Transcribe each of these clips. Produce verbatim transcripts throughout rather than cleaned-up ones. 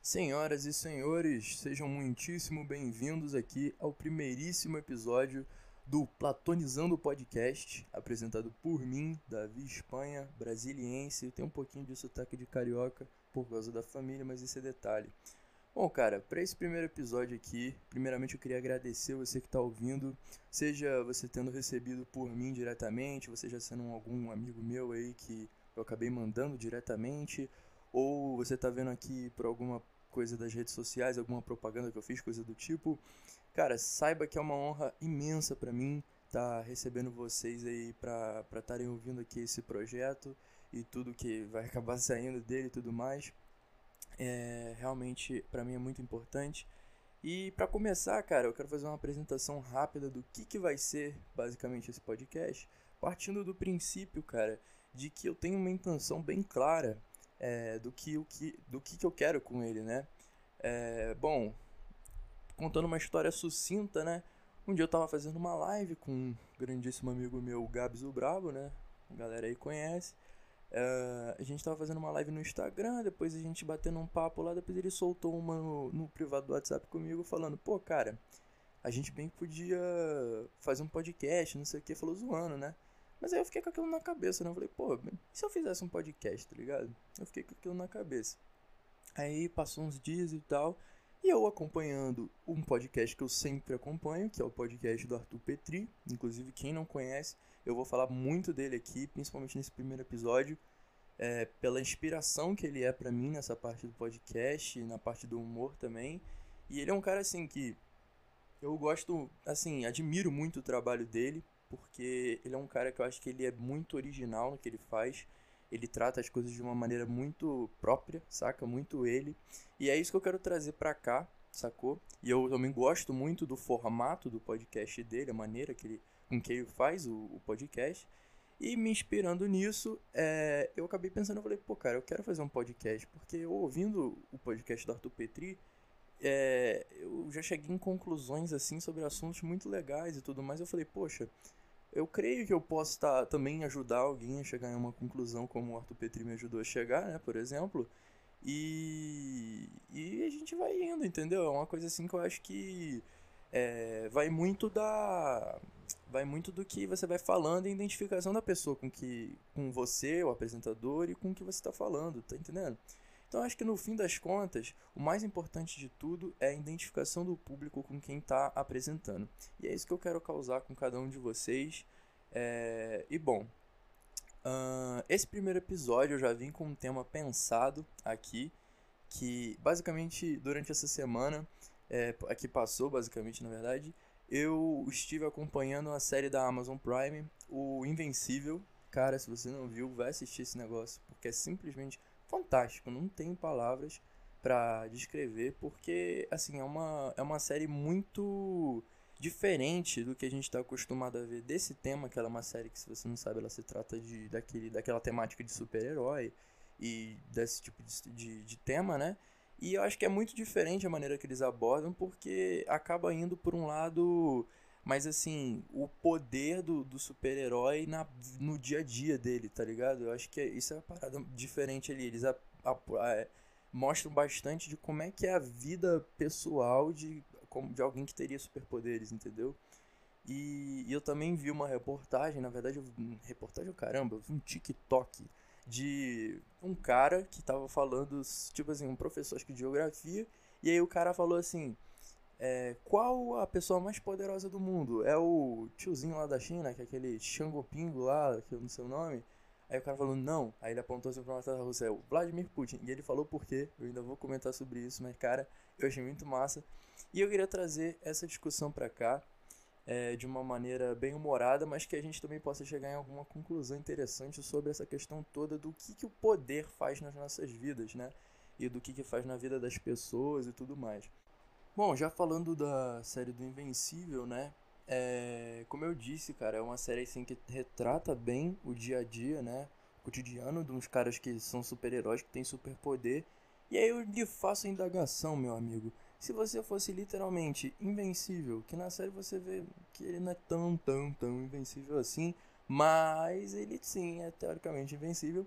Senhoras e senhores, sejam muitíssimo bem-vindos aqui ao primeiríssimo episódio do Platonizando Podcast, apresentado por mim, Davi Espanha, brasiliense. Tem um pouquinho de sotaque de carioca por causa da família, mas esse é detalhe. Bom, cara, para esse primeiro episódio aqui, primeiramente eu queria agradecer você que está ouvindo, seja você tendo recebido por mim diretamente, você já sendo algum amigo meu aí que eu acabei mandando diretamente, ou você tá vendo aqui por alguma coisa das redes sociais, alguma propaganda que eu fiz, coisa do tipo. Cara, saiba que é uma honra imensa pra mim estar recebendo vocês aí pra estarem ouvindo aqui esse projeto e tudo que vai acabar saindo dele e tudo mais. É, realmente pra mim é muito importante. E pra começar, cara, eu quero fazer uma apresentação rápida do que, que vai ser basicamente esse podcast, partindo do princípio, cara, de que eu tenho uma intenção bem clara é, do, que, o que, do que, que eu quero com ele, né? É, bom, contando uma história sucinta, né? Um dia eu tava fazendo uma live com um grandíssimo amigo meu, o Gabs o Brabo, né? A galera aí conhece. Uh, a gente tava fazendo uma live no Instagram, depois a gente batendo um papo lá, depois ele soltou uma no, no privado do WhatsApp comigo falando, pô, cara, a gente bem podia fazer um podcast, não sei o que, falou zoando, né? Mas aí eu fiquei com aquilo na cabeça, né? Eu falei, pô, e se eu fizesse um podcast, tá ligado? Eu fiquei com aquilo na cabeça. Aí passou uns dias e tal, e eu acompanhando um podcast que eu sempre acompanho, que é o podcast do Arthur Petri. Inclusive, quem não conhece, eu vou falar muito dele aqui, principalmente nesse primeiro episódio, é, pela inspiração que ele é pra mim nessa parte do podcast, na parte do humor também. E ele é um cara assim que eu gosto, assim, admiro muito o trabalho dele, porque ele é um cara que eu acho que ele é muito original no que ele faz. Ele trata as coisas de uma maneira muito própria, saca? Muito ele. E é isso que eu quero trazer pra cá, sacou? E eu também gosto muito do formato do podcast dele, a maneira que ele, com que ele faz o, o podcast. E me inspirando nisso, é, eu acabei pensando, eu falei, pô, cara, eu quero fazer um podcast, porque eu ouvindo o podcast do Arthur Petri, é, eu já cheguei em conclusões assim sobre assuntos muito legais e tudo mais. Eu falei, poxa, eu creio que eu posso tá, também ajudar alguém a chegar em uma conclusão como o Arthur Petri me ajudou a chegar, né, por exemplo. E, e a gente vai indo, entendeu? É uma coisa assim que eu acho que é, vai muito da vai muito do que você vai falando e a identificação da pessoa com que com você, o apresentador, e com o que você está falando, tá entendendo? Então acho que no fim das contas, o mais importante de tudo é a identificação do público com quem está apresentando. E é isso que eu quero causar com cada um de vocês. É... E bom, uh, esse primeiro episódio eu já vim com um tema pensado aqui, que basicamente durante essa semana, é, aqui passou basicamente na verdade, eu estive acompanhando a série da Amazon Prime, o Invencível. Cara, se você não viu, vai assistir esse negócio, porque é simplesmente fantástico, não tem palavras pra descrever, porque assim, é uma, é uma série muito diferente do que a gente está acostumado a ver desse tema, que ela é uma série que, se você não sabe, ela se trata de, daquele, daquela temática de super-herói e desse tipo de, de, de tema, né? E eu acho que é muito diferente a maneira que eles abordam, porque acaba indo por um lado, mas assim, o poder do, do super-herói na, no dia a dia dele, tá ligado? Eu acho que é, isso é uma parada diferente ali. Eles a, a, a, mostram bastante de como é que é a vida pessoal de, de alguém que teria superpoderes, entendeu? E, e eu também vi uma reportagem, na verdade, eu, reportagem, caramba, eu vi um TikTok de um cara que tava falando, tipo assim, um professor acho que de geografia, e aí o cara falou assim, é, qual a pessoa mais poderosa do mundo? É o tiozinho lá da China, que é aquele Xango Pingo lá, que eu não sei o nome. Aí o cara falou, não. Aí ele apontou assim pra uma da Rússia, é o Vladimir Putin. E ele falou por quê, eu ainda vou comentar sobre isso, mas cara, eu achei muito massa. E eu queria trazer essa discussão pra cá, é, de uma maneira bem humorada, mas que a gente também possa chegar em alguma conclusão interessante sobre essa questão toda do que, que o poder faz nas nossas vidas, né? E do que, que faz na vida das pessoas e tudo mais. Bom, já falando da série do Invencível, né? É, como eu disse, cara, é uma série assim que retrata bem o dia a dia, né? O cotidiano de uns caras que são super-heróis, que têm superpoder. E aí eu lhe faço a indagação, meu amigo. Se você fosse literalmente invencível, que na série você vê que ele não é tão, tão, tão invencível assim, mas ele sim é teoricamente invencível.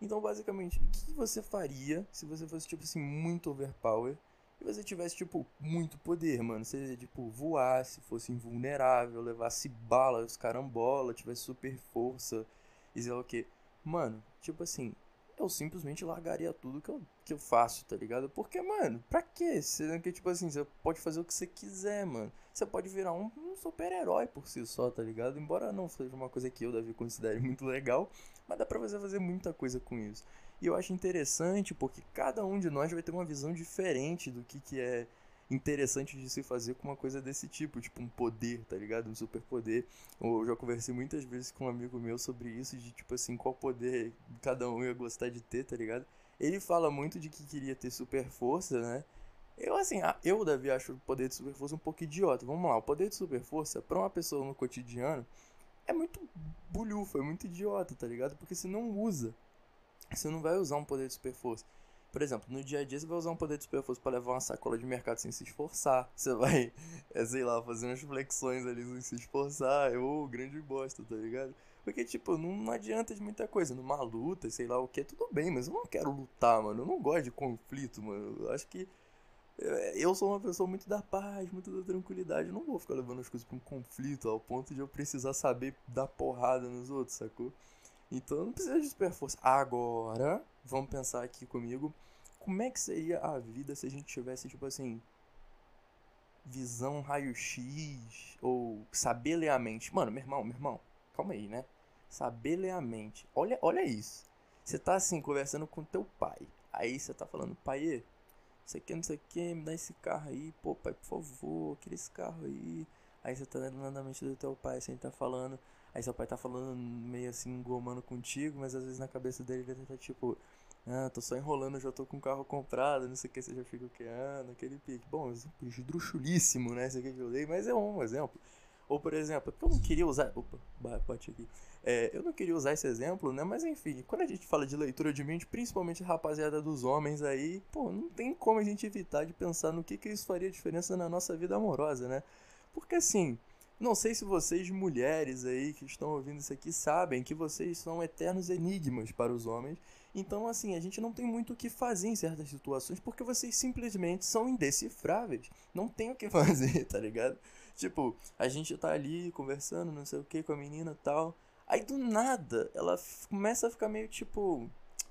Então, basicamente, o que você faria se você fosse, tipo assim, muito overpower e você tivesse, tipo, muito poder, mano? Você, tipo, voasse, fosse invulnerável, levasse bala, os carambola, tivesse super força e sei lá o quê. Mano, tipo assim, eu simplesmente largaria tudo que eu, que eu faço, tá ligado? Porque, mano, pra quê? Sendo que, tipo assim, você pode fazer o que você quiser, mano. Você pode virar um, um super-herói por si só, tá ligado? Embora não seja uma coisa que eu, Davi, considere muito legal, mas dá pra você fazer muita coisa com isso. E eu acho interessante porque cada um de nós vai ter uma visão diferente do que, que é interessante de se fazer com uma coisa desse tipo, tipo um poder, tá ligado? Um superpoder. Eu já conversei muitas vezes com um amigo meu sobre isso, de tipo assim, qual poder cada um ia gostar de ter, tá ligado? Ele fala muito de que queria ter super força, né? Eu, assim, ah, eu, Davi, acho o poder de super força um pouco idiota. Vamos lá, o poder de super força, pra uma pessoa no cotidiano, é muito bulhufo, é muito idiota, tá ligado? Porque você não usa. Você não vai usar um poder de super força. Por exemplo, no dia a dia você vai usar um poder de super força para levar uma sacola de mercado sem se esforçar. Você vai, é, sei lá, fazer umas flexões ali sem se esforçar. Ô, grande bosta, tá ligado? Porque, tipo, não, não adianta de muita coisa. Numa luta, sei lá o que, tudo bem, mas eu não quero lutar, mano. Eu não gosto de conflito, mano. Eu acho que é, eu sou uma pessoa muito da paz, muito da tranquilidade. Eu não vou ficar levando as coisas pra um conflito ao ponto de eu precisar saber dar porrada nos outros, sacou? Então eu não precisa de super força. Agora, vamos pensar aqui comigo. Como é que seria a vida se a gente tivesse, tipo assim, visão raio-x ou saber ler a mente? Mano, meu irmão, meu irmão, calma aí, né? Saber ler a mente. Olha, olha isso. Você tá assim, conversando com teu pai. Aí você tá falando, pai, você quer não sei o que, me dá esse carro aí, pô, pai, por favor, eu queria esse carro aí. Aí você tá lendo na mente do teu pai, assim, tá falando. Aí seu pai tá falando meio assim, engomando contigo, mas às vezes na cabeça dele ele tá tipo, ah, tô só enrolando, já tô com o carro comprado, não sei o que, você já fica o que, ah, naquele pique. Bom, exemplo esdrúxulíssimo, né, esse aqui que eu dei, mas é um exemplo. Ou, por exemplo, é porque eu não queria usar. Opa, bate aqui. É, eu não queria usar esse exemplo, né? Mas enfim, quando a gente fala de leitura de mente, principalmente a rapaziada dos homens aí, pô, não tem como a gente evitar de pensar no que, que isso faria diferença na nossa vida amorosa, né? Porque assim, não sei se vocês, mulheres aí que estão ouvindo isso aqui, sabem que vocês são eternos enigmas para os homens. Então, assim, a gente não tem muito o que fazer em certas situações porque vocês simplesmente são indecifráveis. Não tem o que fazer, tá ligado? Tipo, a gente tá ali conversando, não sei o que, com a menina e tal. Aí do nada, ela f- começa a ficar meio tipo.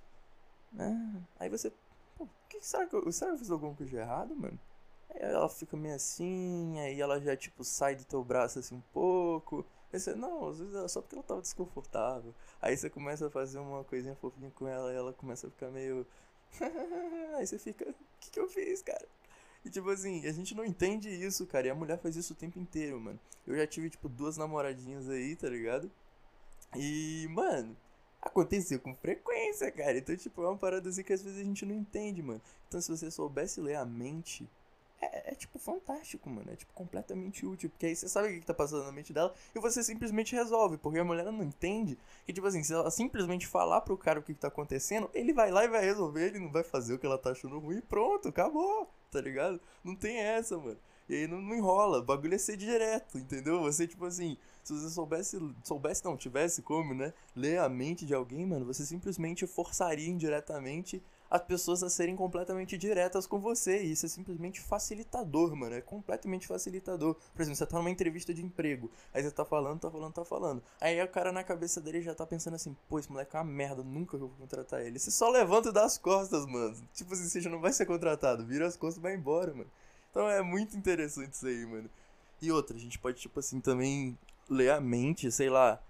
Ah, aí você. Pô, que será que eu, será que eu fiz alguma coisa de errado, mano? Aí ela fica meio assim, aí ela já tipo sai do teu braço assim um pouco. Aí você, não, às vezes era só porque ela tava desconfortável. Aí você começa a fazer uma coisinha fofinha com ela e ela começa a ficar meio. Aí você fica, o que que eu fiz, cara? E tipo assim, a gente não entende isso, cara. E a mulher faz isso o tempo inteiro, mano. Eu já tive, tipo, duas namoradinhas aí, tá ligado? E, mano, aconteceu com frequência, cara. Então, tipo, é uma parada assim que às vezes a gente não entende, mano. Então, se você soubesse ler a mente, é, é, tipo fantástico, mano. É tipo completamente útil. Porque aí você sabe o que, que tá passando na mente dela e você simplesmente resolve. Porque a mulher não entende que, tipo assim, se ela simplesmente falar pro cara o que, que tá acontecendo, ele vai lá e vai resolver. Ele não vai fazer o que ela tá achando ruim e pronto, acabou, tá ligado? Não tem essa, mano. E aí não, não enrola, o bagulho é ser direto, entendeu? Você, tipo assim, se você soubesse, soubesse não, tivesse como, né, ler a mente de alguém, mano, você simplesmente forçaria indiretamente as pessoas a serem completamente diretas com você. E isso é simplesmente facilitador, mano. É completamente facilitador. Por exemplo, você tá numa entrevista de emprego. Aí você tá falando, tá falando, tá falando. Aí o cara na cabeça dele já tá pensando assim, pô, esse moleque é uma merda, nunca que eu vou contratar ele. Você só levanta e dá as costas, mano. Tipo assim, você já não vai ser contratado. Vira as costas e vai embora, mano. Então é muito interessante isso aí, mano. E outra, a gente pode, tipo assim, também ler a mente, sei lá.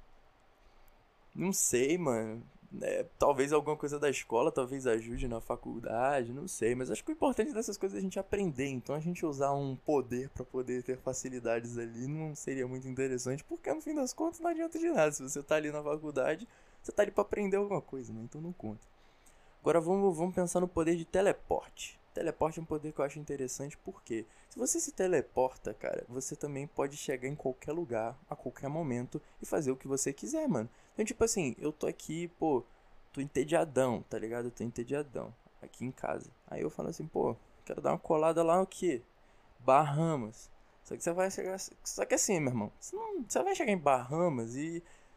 Não sei, mano. É, talvez alguma coisa da escola, talvez ajude na faculdade, não sei. Mas acho que o importante dessas coisas é a gente aprender. Então a gente usar um poder pra poder ter facilidades ali não seria muito interessante, porque no fim das contas não adianta de nada. Se você tá ali na faculdade, você tá ali pra aprender alguma coisa, né? Então não conta. Agora vamos, vamos pensar no poder de teleporte. Teleporte é um poder que eu acho interessante porque se você se teleporta, cara, você também pode chegar em qualquer lugar, a qualquer momento e fazer o que você quiser, mano. Então, tipo assim, eu tô aqui, pô, tô entediadão, tá ligado? Eu tô entediadão aqui em casa. Aí eu falo assim, pô, quero dar uma colada lá o quê? Bahamas. Só que você vai chegar. Só que assim, meu irmão, você, não, você vai chegar em Bahamas e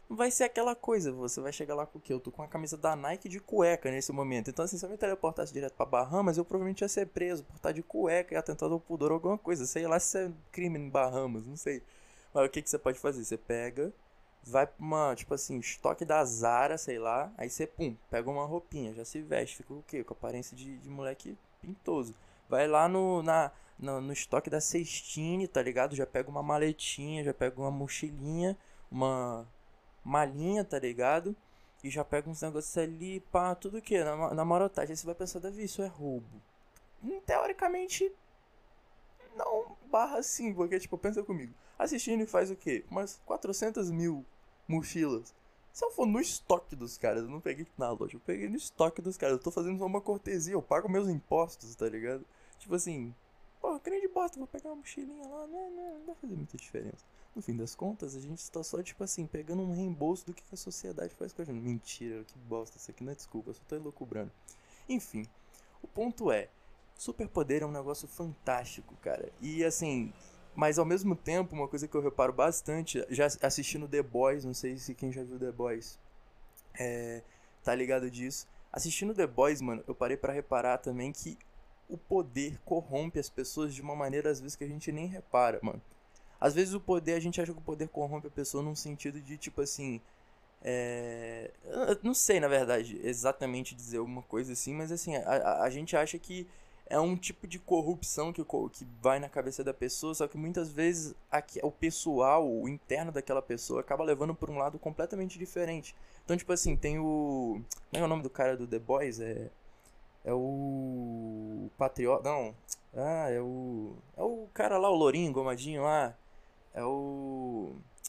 não vai ser aquela coisa. Você vai chegar lá com o quê? Eu tô com a camisa da Nike de cueca nesse momento. Então, assim, se eu me teleportasse direto pra Bahamas, eu provavelmente ia ser preso por estar de cueca e atentado ao pudor ou alguma coisa. Sei lá se é crime em Bahamas, não sei. Mas o que, que você pode fazer? Você pega, vai pra uma, tipo assim, estoque da Zara, sei lá. Aí você, pum, pega uma roupinha, já se veste. Fica o quê? Com aparência de, de moleque pintoso. Vai lá no, na, no, no estoque da Cestine, tá ligado? Já pega uma maletinha, já pega uma mochilinha, uma malinha, tá ligado? E já pega uns negócios ali, pá, tudo o que? Na, na marotagem. Aí você vai pensar, Davi, isso é roubo. Hum, Teoricamente, não barra sim, porque, tipo, pensa comigo. Assistindo e faz o quê? Umas quatrocentas mil mochilas. Se eu for no estoque dos caras, eu não peguei na loja, eu peguei no estoque dos caras. Eu tô fazendo só uma cortesia, eu pago meus impostos, tá ligado? Tipo assim, porra, que nem de bosta, vou pegar uma mochilinha lá, não, não, não vai fazer muita diferença. No fim das contas, a gente tá só, tipo assim, pegando um reembolso do que a sociedade faz com a gente. Mentira, que bosta, isso aqui não é desculpa, eu só tô elucubrando. Enfim, o ponto é, superpoder é um negócio fantástico, cara. E assim, mas ao mesmo tempo, uma coisa que eu reparo bastante, já assistindo The Boys, não sei se quem já viu The Boys é, tá ligado disso. Assistindo The Boys, mano, eu parei pra reparar também que o poder corrompe as pessoas de uma maneira, às vezes, que a gente nem repara, mano. Às vezes o poder, a gente acha que o poder corrompe a pessoa num sentido de, tipo assim, é... eu não sei, na verdade, exatamente dizer alguma coisa assim, mas assim, a, a, a gente acha que é um tipo de corrupção que, que vai na cabeça da pessoa, só que muitas vezes aqui, o pessoal, o interno daquela pessoa acaba levando por um lado completamente diferente. Então, tipo assim, tem o... Como é o nome do cara do The Boys? É, é o... Patriota... Não. Ah, é o... É o cara lá, o lourinho, gomadinho lá. É o...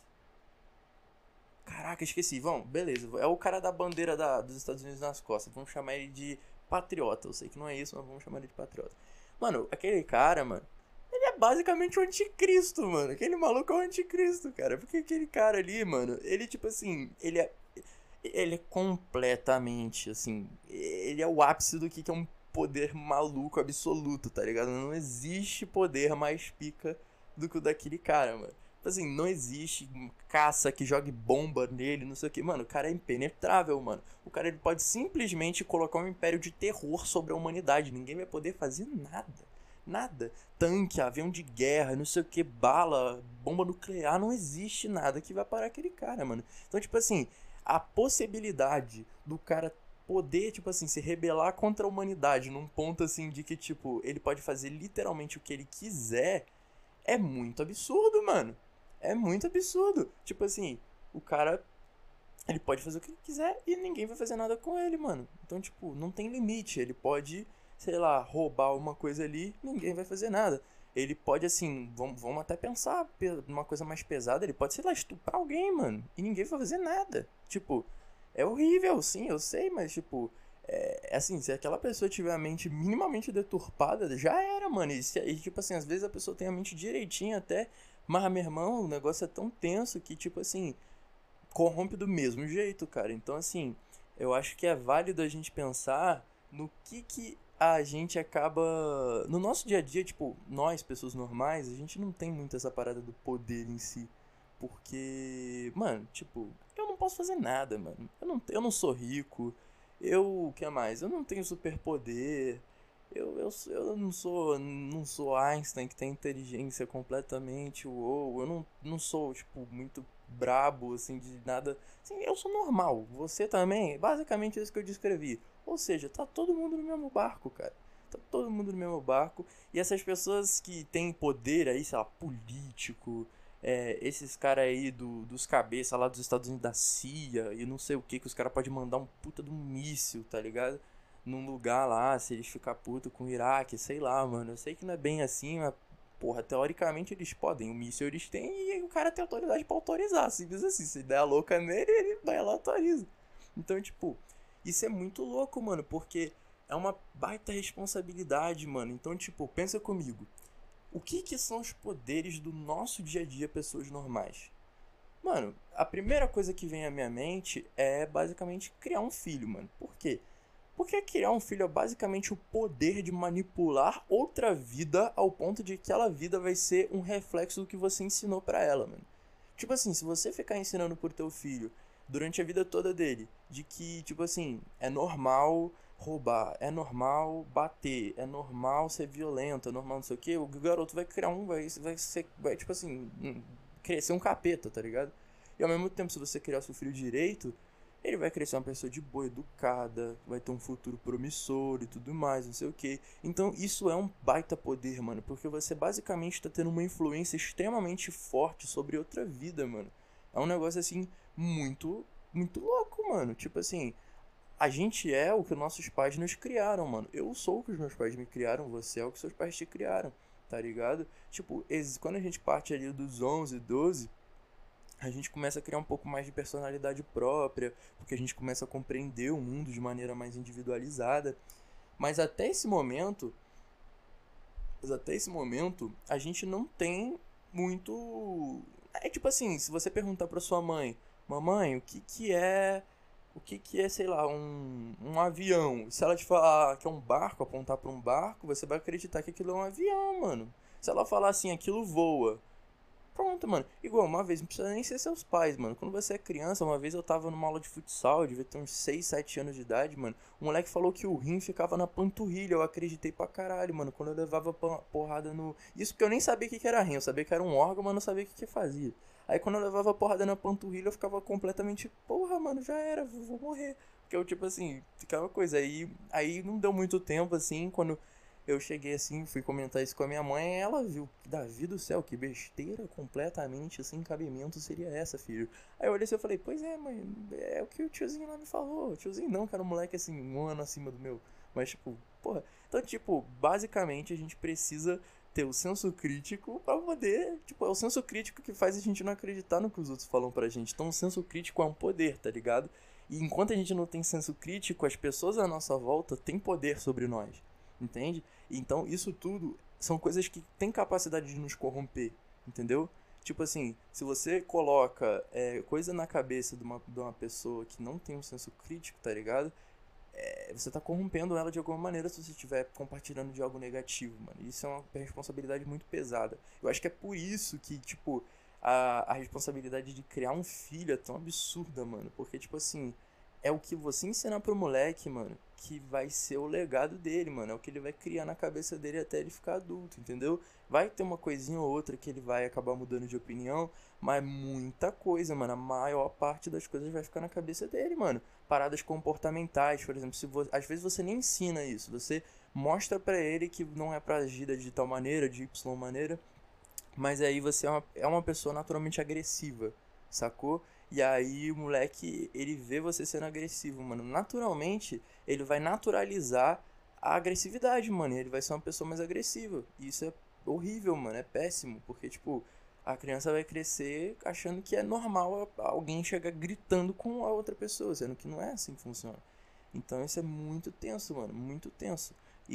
Caraca, esqueci. Vamos, beleza. É o cara da bandeira da, dos Estados Unidos nas costas. Vamos chamar ele de patriota. Eu sei que não é isso, mas vamos chamar ele de patriota. Mano, aquele cara, mano, ele é basicamente o anticristo, mano. Aquele maluco é o anticristo, cara. Porque aquele cara ali, mano, ele, tipo assim, ele é. Ele é completamente, assim. Ele é o ápice do que é um poder maluco absoluto, tá ligado? Não existe poder mais pica do que o daquele cara, mano. Assim, não existe caça que jogue bomba nele, não sei o que. Mano, o cara é impenetrável, mano. O cara ele pode simplesmente colocar um império de terror sobre a humanidade. Ninguém vai poder fazer nada. Nada. Tanque, avião de guerra, não sei o que, bala, bomba nuclear. Não existe nada que vai parar aquele cara, mano. Então, tipo assim, a possibilidade do cara poder, tipo assim, se rebelar contra a humanidade num ponto assim de que, tipo, ele pode fazer literalmente o que ele quiser é muito absurdo, mano. É muito absurdo. Tipo assim, o cara, ele pode fazer o que ele quiser e ninguém vai fazer nada com ele, mano. Então, tipo, não tem limite. Ele pode, sei lá, roubar uma coisa ali, ninguém vai fazer nada. Ele pode, assim, vamos, vamos até pensar numa coisa mais pesada. Ele pode, sei lá, estuprar alguém, mano. E ninguém vai fazer nada. Tipo, é horrível, sim, eu sei, mas, tipo, é assim, se aquela pessoa tiver a mente minimamente deturpada, já era, mano. E, se, e tipo assim, às vezes a pessoa tem a mente direitinha até, mas, meu irmão, o negócio é tão tenso que, tipo assim, corrompe do mesmo jeito, cara. Então, assim, eu acho que é válido a gente pensar no que que a gente acaba... No nosso dia a dia, tipo, nós, pessoas normais, a gente não tem muito essa parada do poder em si. Porque, mano, tipo, eu não posso fazer nada, mano. Eu não, eu não sou rico. Eu, o que mais? Eu não tenho superpoder. Eu, eu, eu não sou não sou Einstein que tem inteligência completamente uou. Eu não, não sou, tipo, muito brabo, assim, de nada. Assim, eu sou normal. Você também. Basicamente isso que eu descrevi. Ou seja, tá todo mundo no mesmo barco, cara. Tá todo mundo no mesmo barco. E essas pessoas que têm poder aí, sei lá, político, é, esses caras aí do, dos cabeças lá dos Estados Unidos da C I A e não sei o que, que os caras podem mandar um puta de um míssil, tá ligado? Num lugar lá, se eles ficar puto com o Iraque, sei lá, mano. Eu sei que não é bem assim, mas, porra, teoricamente eles podem. O míssil eles têm e o cara tem autoridade pra autorizar. Simples assim, se der a louca nele, ele vai lá e autoriza. Então, tipo, isso é muito louco, mano, porque é uma baita responsabilidade, mano. Então, tipo, pensa comigo. O que que são os poderes do nosso dia a dia, pessoas normais? Mano, a primeira coisa que vem à minha mente é basicamente criar um filho, mano. Por quê? Porque criar um filho é basicamente o poder de manipular outra vida ao ponto de que aquela vida vai ser um reflexo do que você ensinou pra ela, mano. Tipo assim, se você ficar ensinando pro teu filho durante a vida toda dele, de que, tipo assim, é normal roubar, é normal bater, é normal ser violento, é normal não sei o que, o garoto vai criar um, vai, vai ser, vai, tipo assim, um- crescer um capeta, tá ligado? E ao mesmo tempo, se você criar seu filho direito, ele vai crescer uma pessoa de boa, educada, vai ter um futuro promissor e tudo mais, não sei o que. Então isso é um baita poder, mano, porque você basicamente tá tendo uma influência extremamente forte sobre outra vida, mano. É um negócio assim muito, muito louco, mano. Tipo assim, a gente é o que nossos pais nos criaram, mano. Eu sou o que os meus pais me criaram, você é o que seus pais te criaram, tá ligado? Tipo, quando a gente parte ali dos onze, doze, a gente começa a criar um pouco mais de personalidade própria, porque a gente começa a compreender o mundo de maneira mais individualizada. Mas até esse momento, mas até esse momento, a gente não tem muito. É tipo assim, se você perguntar pra sua mãe, mamãe, o que que é. O que que é, sei lá, um, um avião? Se ela te falar que é um barco, apontar pra um barco, você vai acreditar que aquilo é um avião, mano. Se ela falar assim, aquilo voa. Pronto, mano. Igual, uma vez, não precisa nem ser seus pais, mano. Quando você é criança, uma vez eu tava numa aula de futsal, eu devia ter uns seis, sete anos de idade, mano. O moleque falou que o rim ficava na panturrilha. Eu acreditei pra caralho, mano. Quando eu levava porrada no. Isso porque eu nem sabia o que que era rim. Eu sabia que era um órgão, mas não sabia o que que fazia. Aí quando eu levava porrada na panturrilha, eu ficava completamente. Porra, mano, já era, vou vou morrer. Porque eu, tipo assim, ficava coisa. Aí, aí não deu muito tempo, assim, quando eu cheguei assim, fui comentar isso com a minha mãe, ela viu, Davi do céu, que besteira completamente sem cabimento seria essa, filho. Aí eu olhei assim e falei, pois é, mãe, é o que o tiozinho lá me falou. O tiozinho não, que era um moleque assim, um ano acima do meu. Mas tipo, porra. Então, tipo, basicamente a gente precisa ter o senso crítico pra poder. Tipo, é o senso crítico que faz a gente não acreditar no que os outros falam pra gente. Então o senso crítico é um poder, tá ligado? E enquanto a gente não tem senso crítico, as pessoas à nossa volta têm poder sobre nós. Entende? Então, isso tudo são coisas que têm capacidade de nos corromper, entendeu? Tipo assim, se você coloca é, coisa na cabeça de uma, de uma pessoa que não tem um senso crítico, tá ligado? É, você tá corrompendo ela de alguma maneira se você estiver compartilhando de algo negativo, mano. Isso é uma responsabilidade muito pesada. Eu acho que é por isso que, tipo, a, a responsabilidade de criar um filho é tão absurda, mano. Porque, tipo assim, é o que você ensinar pro moleque, mano, que vai ser o legado dele, mano. É o que ele vai criar na cabeça dele até ele ficar adulto, entendeu? Vai ter uma coisinha ou outra que ele vai acabar mudando de opinião, mas muita coisa, mano. A maior parte das coisas vai ficar na cabeça dele, mano. Paradas comportamentais, por exemplo, se você, às vezes você nem ensina isso, você mostra pra ele que não é pra agir de tal maneira, de Y maneira, mas aí você é uma, é uma pessoa naturalmente agressiva, sacou? E aí o moleque, ele vê você sendo agressivo, mano. Naturalmente, ele vai naturalizar a agressividade, mano. E ele vai ser uma pessoa mais agressiva. E isso é horrível, mano. É péssimo. Porque, tipo, a criança vai crescer achando que é normal alguém chegar gritando com a outra pessoa, sendo que não é assim que funciona. Então isso é muito tenso, mano. Muito tenso.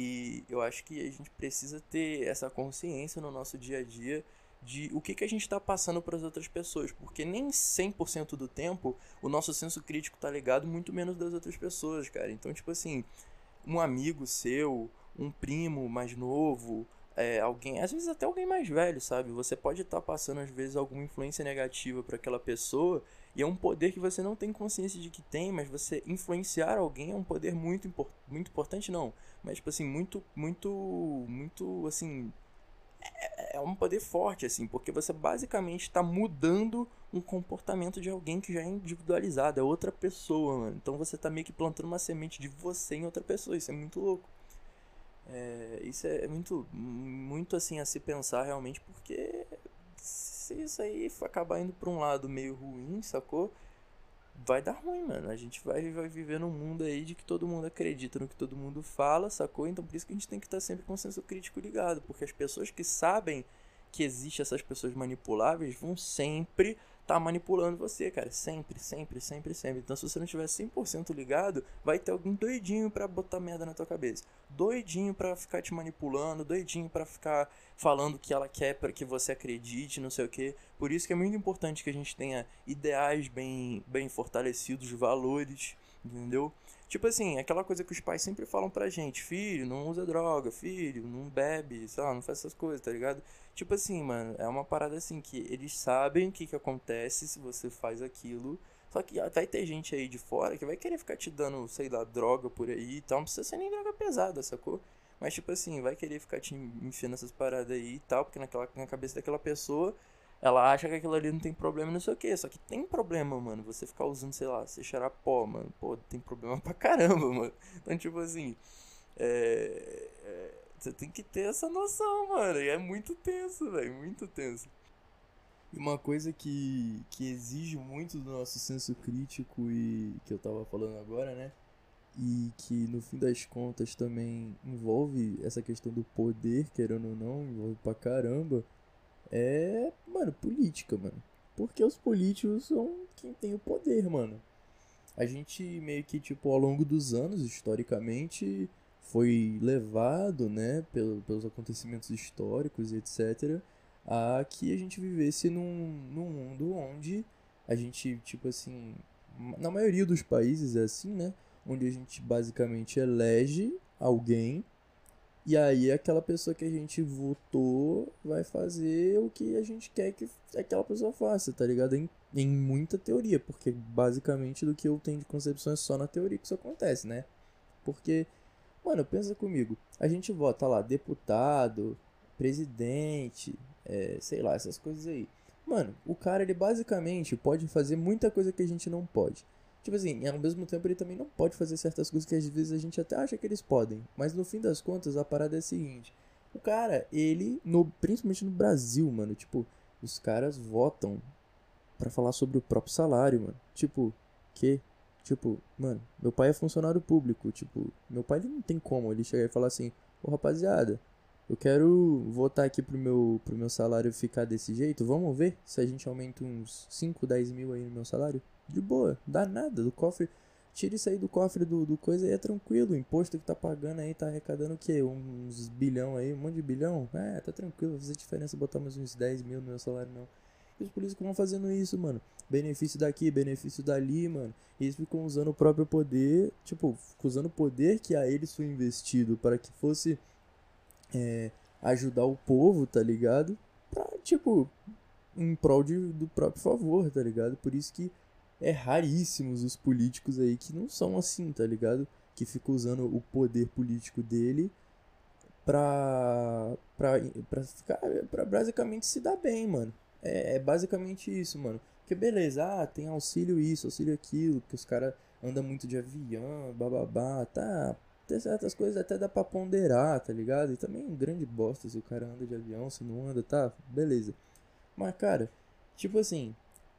E eu acho que a gente precisa ter essa consciência no nosso dia a dia de o que, que a gente está passando para as outras pessoas, porque nem cem por cento do tempo o nosso senso crítico tá ligado, muito menos das outras pessoas, cara. Então, tipo assim, um amigo seu, um primo mais novo, é, alguém, às vezes até alguém mais velho, sabe? Você pode estar passando às vezes alguma influência negativa para aquela pessoa e é um poder que você não tem consciência de que tem, mas você influenciar alguém é um poder muito, impor- muito importante, não. Mas, tipo assim, muito, muito, muito, assim, é um poder forte, assim, porque você basicamente está mudando um comportamento de alguém que já é individualizado, é outra pessoa, mano. Então você tá meio que plantando uma semente de você em outra pessoa, isso é muito louco. É, isso é muito, muito assim a se pensar realmente, porque se isso aí for acabar indo pra um lado meio ruim, sacou? Vai dar ruim, mano. A gente vai, vai viver num mundo aí de que todo mundo acredita no que todo mundo fala, sacou? Então por isso que a gente tem que estar sempre com o senso crítico ligado, porque as pessoas que sabem que existe essas pessoas manipuláveis vão sempre estar tá manipulando você, cara. Sempre, sempre, sempre, sempre. Então se você não estiver cem por cento ligado, vai ter alguém doidinho pra botar merda na tua cabeça. Doidinho pra ficar te manipulando, doidinho pra ficar falando o que ela quer para que você acredite, não sei o que. Por isso que é muito importante que a gente tenha ideais bem, bem fortalecidos, valores, entendeu? Tipo assim, aquela coisa que os pais sempre falam pra gente: filho, não usa droga, filho, não bebe, sei lá, não faz essas coisas, tá ligado? Tipo assim, mano, é uma parada assim que eles sabem o que que acontece se você faz aquilo. Só que vai ter gente aí de fora que vai querer ficar te dando, sei lá, droga por aí e tal. Não precisa ser nem droga pesada, sacou? Mas, tipo assim, vai querer ficar te enfiando essas paradas aí e tal, porque naquela, na cabeça daquela pessoa, ela acha que aquilo ali não tem problema, não sei o que. Só que tem problema, mano. Você ficar usando, sei lá, você cheirar pó, mano. Pô, tem problema pra caramba, mano. Então, tipo assim, é... é, você tem que ter essa noção, mano. E é muito tenso, velho. Muito tenso. E uma coisa que, que exige muito do nosso senso crítico e que eu tava falando agora, né? E que no fim das contas também envolve essa questão do poder, querendo ou não, envolve pra caramba, é, mano, política, mano. Porque os políticos são quem tem o poder, mano. A gente meio que, tipo, ao longo dos anos, historicamente, foi levado, né, pelo, pelos acontecimentos históricos e etc, a que a gente vivesse num, num mundo onde a gente, tipo assim, na maioria dos países é assim, né, onde a gente basicamente elege alguém e aí aquela pessoa que a gente votou vai fazer o que a gente quer que aquela pessoa faça, tá ligado? Em, em muita teoria, porque basicamente do que eu tenho de concepção é só na teoria que isso acontece, né? Porque, mano, pensa comigo, a gente vota lá deputado, presidente, é, sei lá, essas coisas aí. Mano, o cara ele basicamente pode fazer muita coisa que a gente não pode. Tipo assim, ao mesmo tempo ele também não pode fazer certas coisas que às vezes a gente até acha que eles podem. Mas no fim das contas a parada é a seguinte. O cara, ele, no, principalmente no Brasil, mano, tipo, os caras votam pra falar sobre o próprio salário, mano. Tipo, que? Tipo, mano, meu pai é funcionário público. Tipo, meu pai ele não tem como ele chegar e falar assim: ô rapaziada, eu quero votar aqui pro meu, pro meu salário ficar desse jeito. Vamos ver se a gente aumenta uns cinco, dez mil aí no meu salário? De boa, dá nada. Do cofre, tira isso aí do cofre do, do coisa aí, é tranquilo. O imposto que tá pagando aí tá arrecadando o quê? Uns bilhão aí, um monte de bilhão? É, tá tranquilo, vai fazer diferença botar mais uns dez mil no meu salário não. E os políticos vão fazendo isso, mano. Benefício daqui, benefício dali, mano. E eles ficam usando o próprio poder, tipo, usando o poder que a eles foi investido para que fosse é, ajudar o povo, tá ligado? Pra, tipo, em prol de, do próprio favor, tá ligado? Por isso que é raríssimos os políticos aí que não são assim, tá ligado? Que ficam usando o poder político dele pra, pra, pra, ficar, pra basicamente se dar bem, mano. É, é basicamente isso, mano. Porque beleza, ah, tem auxílio isso, auxílio aquilo, porque os caras andam muito de avião, bababá, tá. Tem certas coisas até dá pra ponderar, tá ligado? E também é um grande bosta se o cara anda de avião, se não anda, tá, beleza. Mas, cara, tipo assim,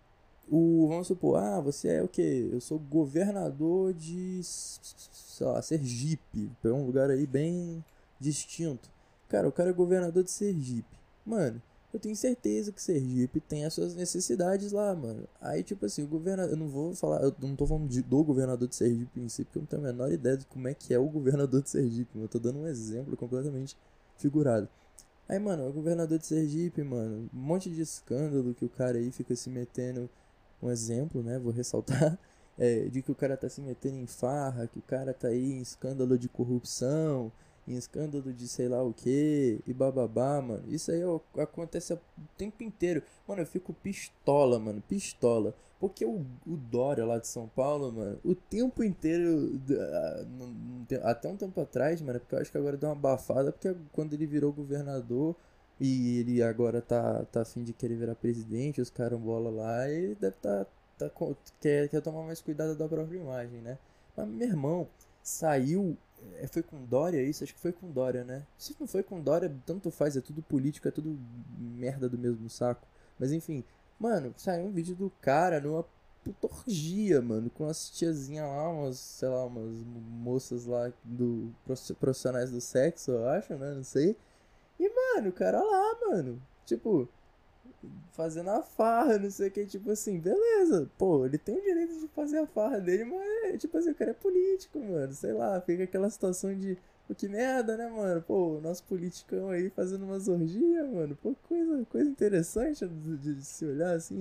o, vamos supor, ah, você é o quê? Eu sou governador de, sei lá, Sergipe, é um lugar aí bem distinto. Cara, o cara é governador de Sergipe. Mano, eu tenho certeza que Sergipe tem as suas necessidades lá, mano. Aí, tipo assim, o governador, eu não vou falar, eu não tô falando de, do governador de Sergipe em si, porque eu não tenho a menor ideia de como é que é o governador de Sergipe, mano. Eu tô dando um exemplo completamente figurado. Aí, mano, o governador de Sergipe, mano, um monte de escândalo que o cara aí fica se metendo. Um exemplo, né? Vou ressaltar. É, de que o cara tá se metendo em farra, que o cara tá aí em escândalo de corrupção, em escândalo de sei lá o que, e bababá, mano. Isso aí ó, acontece o tempo inteiro. Mano, eu fico pistola, mano, pistola. Porque o, o Dória lá de São Paulo, mano, o tempo inteiro, ah, não- não tem- até um tempo atrás, mano, porque eu acho que agora deu uma abafada, porque quando ele virou governador e ele agora tá, tá a fim de querer virar presidente, os carambola lá, ele deve tá, tá, co- quer, quer tomar mais cuidado da própria imagem, né? Mas, meu irmão, saiu. É, foi com Dória isso? Acho que foi com Dória, né? Se não foi com Dória, tanto faz, é tudo político, é tudo merda do mesmo saco. Mas enfim, mano, saiu um vídeo do cara numa puta orgia, mano, com as tiazinhas lá, umas, sei lá, umas moças lá do profissionais do sexo, eu acho, né? Não sei. E, mano, o cara lá, mano, tipo, fazendo a farra, não sei o que, tipo assim, beleza, pô, ele tem o direito de fazer a farra dele, mas, tipo assim, o cara é político, mano, sei lá, fica aquela situação de, pô, que merda, né, mano, pô, o nosso politicão aí fazendo uma orgia, mano, pô, coisa, coisa interessante de, de se olhar assim, né,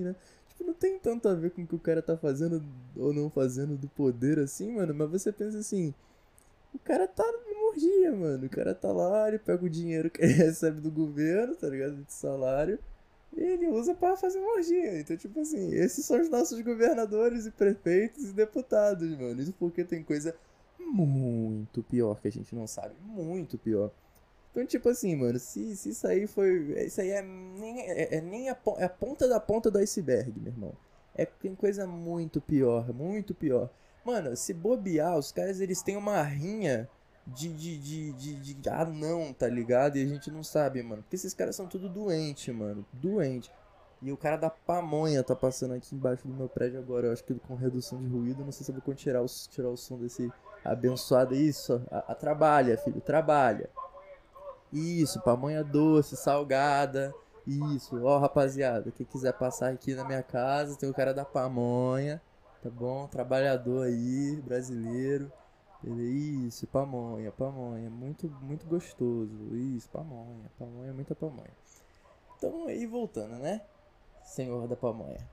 Tipo, não tem tanto a ver com o que o cara tá fazendo ou não fazendo do poder assim, mano. Mas você pensa assim, o cara tá em orgia, mano. O cara tá lá, ele pega o dinheiro que ele recebe do governo, tá ligado? De salário. E ele usa pra fazer uma orgia. Então, tipo assim, esses são os nossos governadores e prefeitos e deputados, mano. Isso porque tem coisa muito pior que a gente não sabe. Muito pior. Então, tipo assim, mano, se, se isso aí foi. Isso aí é nem, é, é nem a, é a ponta da ponta do iceberg, meu irmão. É, tem coisa muito pior, muito pior. Mano, se bobear, os caras eles têm uma rinha de, de, de, de, de anão, tá ligado? E a gente não sabe, mano. Porque esses caras são tudo doente, mano. Doente. E o cara da pamonha tá passando aqui embaixo do meu prédio agora. Eu acho que com redução de ruído. Não sei se eu vou conseguir tirar o, tirar o som desse abençoado. Isso, a, a, trabalha, filho, trabalha. Isso, pamonha doce, salgada. Isso, ó, rapaziada, quem quiser passar aqui na minha casa, tem o cara da pamonha, tá bom? Trabalhador aí, brasileiro. Isso, pamonha, pamonha, muito, muito gostoso. Isso, pamonha, pamonha, muita pamonha. Então aí voltando, né? Senhor da pamonha.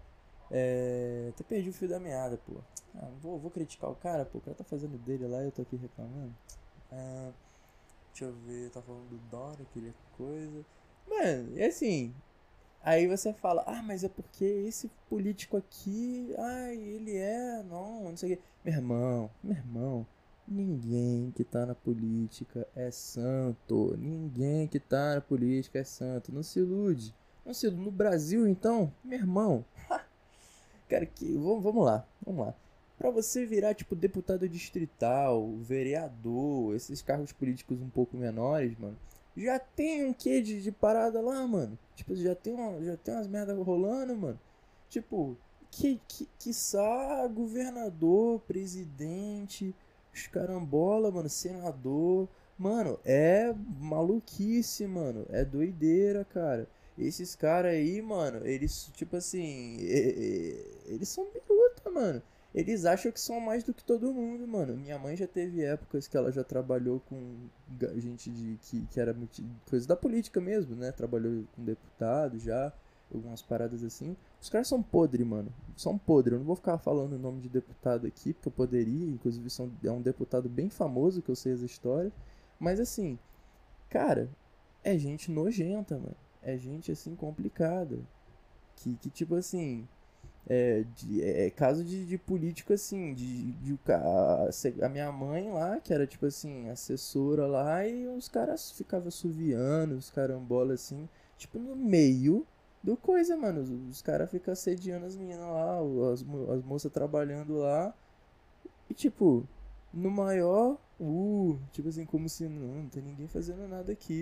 É. Até perdi o fio da meada, pô. Ah, vou, vou criticar o cara, pô. O cara tá fazendo dele lá e eu tô aqui reclamando. Ah. Deixa eu ver, tá falando do Dora, aquele coisa. Mano, e assim. Aí você fala, ah, mas é porque esse político aqui. Ai, ele é. Não, não sei o que. Meu irmão, meu irmão. Ninguém que tá na política é santo. Ninguém que tá na política é santo. Não se ilude. Não se ilude. No Brasil, então, meu irmão. Cara, que. Vamos, vamos lá, vamos lá. Pra você virar, tipo, deputado distrital, vereador, esses cargos políticos um pouco menores, mano, já tem um quê de, de parada lá, mano? Tipo, já tem, uma, já tem umas merdas rolando, mano. Tipo, que, que, quiçá governador, presidente, os carambola, mano, senador. Mano, é maluquice, mano. É doideira, cara. Esses caras aí, mano, eles, tipo assim, eles são biruta, mano. Eles acham que são mais do que todo mundo, mano. Minha mãe já teve épocas que ela já trabalhou com gente de que, que era coisa da política mesmo, né? Trabalhou com deputado já, algumas paradas assim. Os caras são podre, mano. São podre. Eu não vou ficar falando o nome de deputado aqui, porque eu poderia. Inclusive, são, é um deputado bem famoso, que eu sei as histórias. Mas assim, cara, é gente nojenta, mano. É gente assim complicada. Que, que tipo assim. É, de, é caso de, de político assim, de, de, de a, a minha mãe lá, que era tipo assim, assessora lá, e os caras ficavam assoviando, os carambola assim, tipo no meio do coisa, mano. Os, os caras ficam assediando as meninas lá, as, as moças trabalhando lá, e tipo, no maior, uh, tipo assim, como se não, não tem ninguém fazendo nada aqui.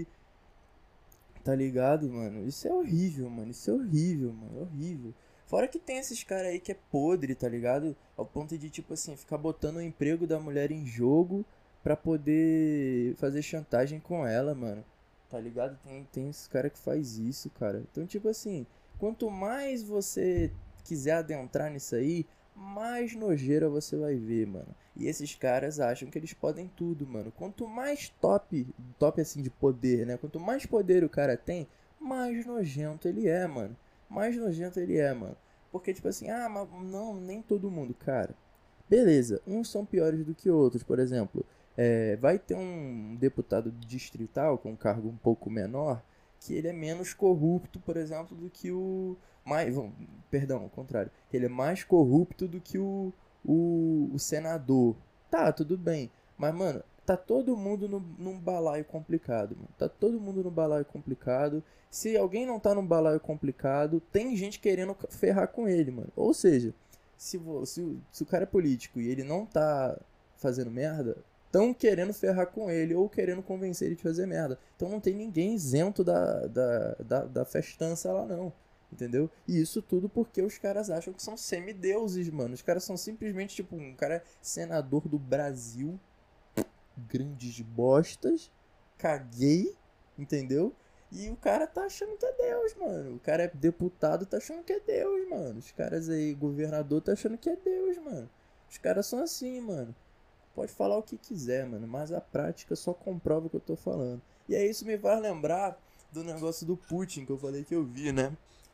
Tá ligado, mano? Isso é horrível, mano. Isso é horrível, mano. É horrível. Fora que tem esses caras aí que é podre, tá ligado? Ao ponto de, tipo assim, ficar botando o emprego da mulher em jogo pra poder fazer chantagem com ela, mano. Tá ligado? Tem, tem esses caras que faz isso, cara. Então, tipo assim, quanto mais você quiser adentrar nisso aí, mais nojeira você vai ver, mano. E esses caras acham que eles podem tudo, mano. Quanto mais top, top assim de poder, né? Quanto mais poder o cara tem, mais nojento ele é, mano. Mais nojento ele é, mano. Porque, tipo assim, ah, mas não, nem todo mundo, cara. Beleza, uns são piores do que outros, por exemplo. É, vai ter um deputado distrital com um cargo um pouco menor que ele é menos corrupto, por exemplo, do que o... Mais, perdão, ao contrário. Ele é mais corrupto do que o, o, o senador. Tá, tudo bem. Mas, mano, tá todo mundo no, num balaio complicado, mano. Tá todo mundo no balaio complicado. Se alguém não tá num balaio complicado, tem gente querendo ferrar com ele, mano. Ou seja, se, se, se o cara é político e ele não tá fazendo merda, estão querendo ferrar com ele ou querendo convencer ele de fazer merda. Então não tem ninguém isento da, da, da, da festança lá, não. Entendeu? E isso tudo porque os caras acham que são semideuses, mano. Os caras são simplesmente, tipo, um cara senador do Brasil, grandes bostas, caguei, entendeu? E o cara tá achando que é Deus, mano. O cara é deputado, tá achando que é Deus, mano. Os caras aí, governador, tá achando que é Deus, mano. Os caras são assim, mano. Pode falar o que quiser, mano, mas a prática só comprova o que eu tô falando. E aí isso me faz lembrar do negócio do Putin que eu falei que eu vi, né?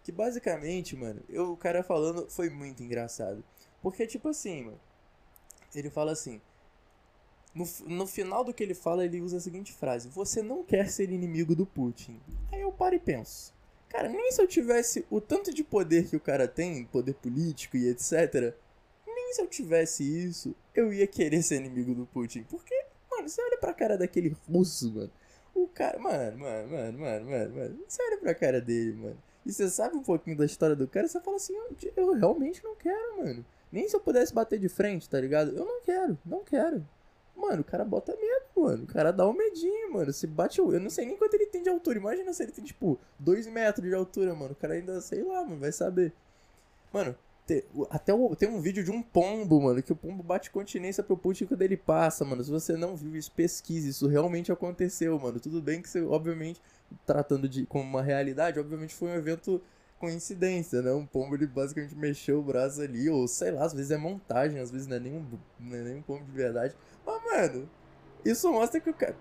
Que basicamente, mano, eu, o cara falando foi muito engraçado. Porque, tipo assim, mano, ele fala assim. No, no final do que ele fala, ele usa a seguinte frase: você não quer ser inimigo do Putin. Aí eu paro e penso: cara, nem se eu tivesse o tanto de poder que o cara tem, poder político e etcétera, nem se eu tivesse isso, eu ia querer ser inimigo do Putin. Porque, mano, você olha pra cara daquele russo, mano. O cara, mano, mano, mano, mano, mano, mano. Você olha pra cara dele, mano. E você sabe um pouquinho da história do cara, você fala assim: eu, eu realmente não quero, mano. Nem se eu pudesse bater de frente, tá ligado? Eu não quero, não quero. Mano, o cara bota medo, mano. O cara dá um medinho, mano. Se bate. Eu não sei nem quanto ele tem de altura. Imagina se ele tem, tipo, dois metros de altura, mano. O cara ainda, sei lá, mano, vai saber. Mano, te, até o, tem um vídeo de um pombo, mano. Que o pombo bate continência pro Putin quando ele passa, mano. Se você não viu isso, pesquise. Isso realmente aconteceu, mano. Tudo bem que você, obviamente, tratando de como uma realidade, obviamente foi um evento coincidência, né? Um pombo, ele basicamente mexeu o braço ali, ou sei lá, às vezes é montagem, às vezes não é nem um, não é nem um pombo de verdade. Mas, mano, isso mostra que o cara...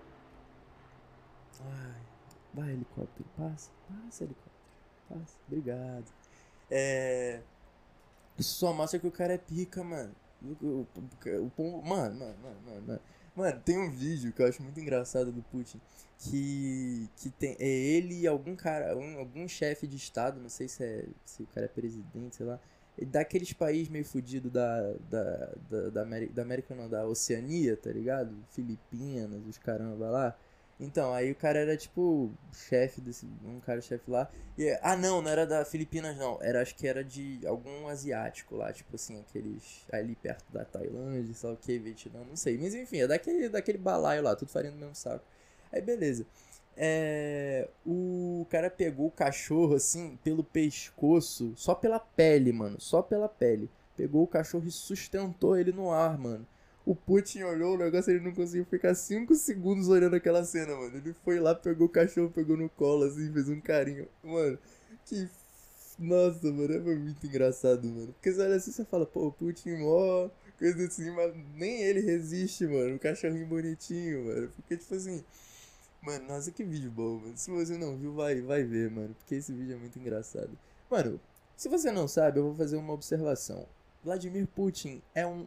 Ai, vai, helicóptero, passa, passa, helicóptero, passa, obrigado. É... Isso só mostra que o cara é pica, mano. O, o, o, o pombo... Mano, mano, mano, mano, mano. Mano, tem um vídeo que eu acho muito engraçado do Putin, que, que tem, é ele e algum cara, um, algum chefe de estado, não sei se, é, se o cara é presidente, sei lá, daqueles países meio fudidos da, da, da, da, América, da América não, da Oceania, tá ligado? Filipinas, os caramba lá. Então, aí o cara era tipo chefe desse, um cara chefe lá. E, ah, não, não era da Filipinas não, era, acho que era de algum asiático lá, tipo assim, aqueles ali perto da Tailândia, sei lá o que, Vietnã, não sei. Mas enfim, é daquele, daquele balaio lá, tudo farinha no mesmo saco. Aí beleza. É, o cara pegou o cachorro assim pelo pescoço, só pela pele, mano, só pela pele. Pegou o cachorro e sustentou ele no ar, mano. O Putin olhou o negócio, ele não conseguiu ficar cinco segundos olhando aquela cena, mano. Ele foi lá, pegou o cachorro, pegou no colo assim, fez um carinho. Mano, que. Nossa, mano, é muito engraçado, mano. Porque você olha assim, você fala, pô, o Putin mó, coisa assim, mas nem ele resiste, mano. O cachorrinho bonitinho, mano. Porque, tipo assim. Mano, nossa, que vídeo bom, mano. Se você não viu, vai, vai ver, mano. Porque esse vídeo é muito engraçado. Mano, se você não sabe, eu vou fazer uma observação. Vladimir Putin é um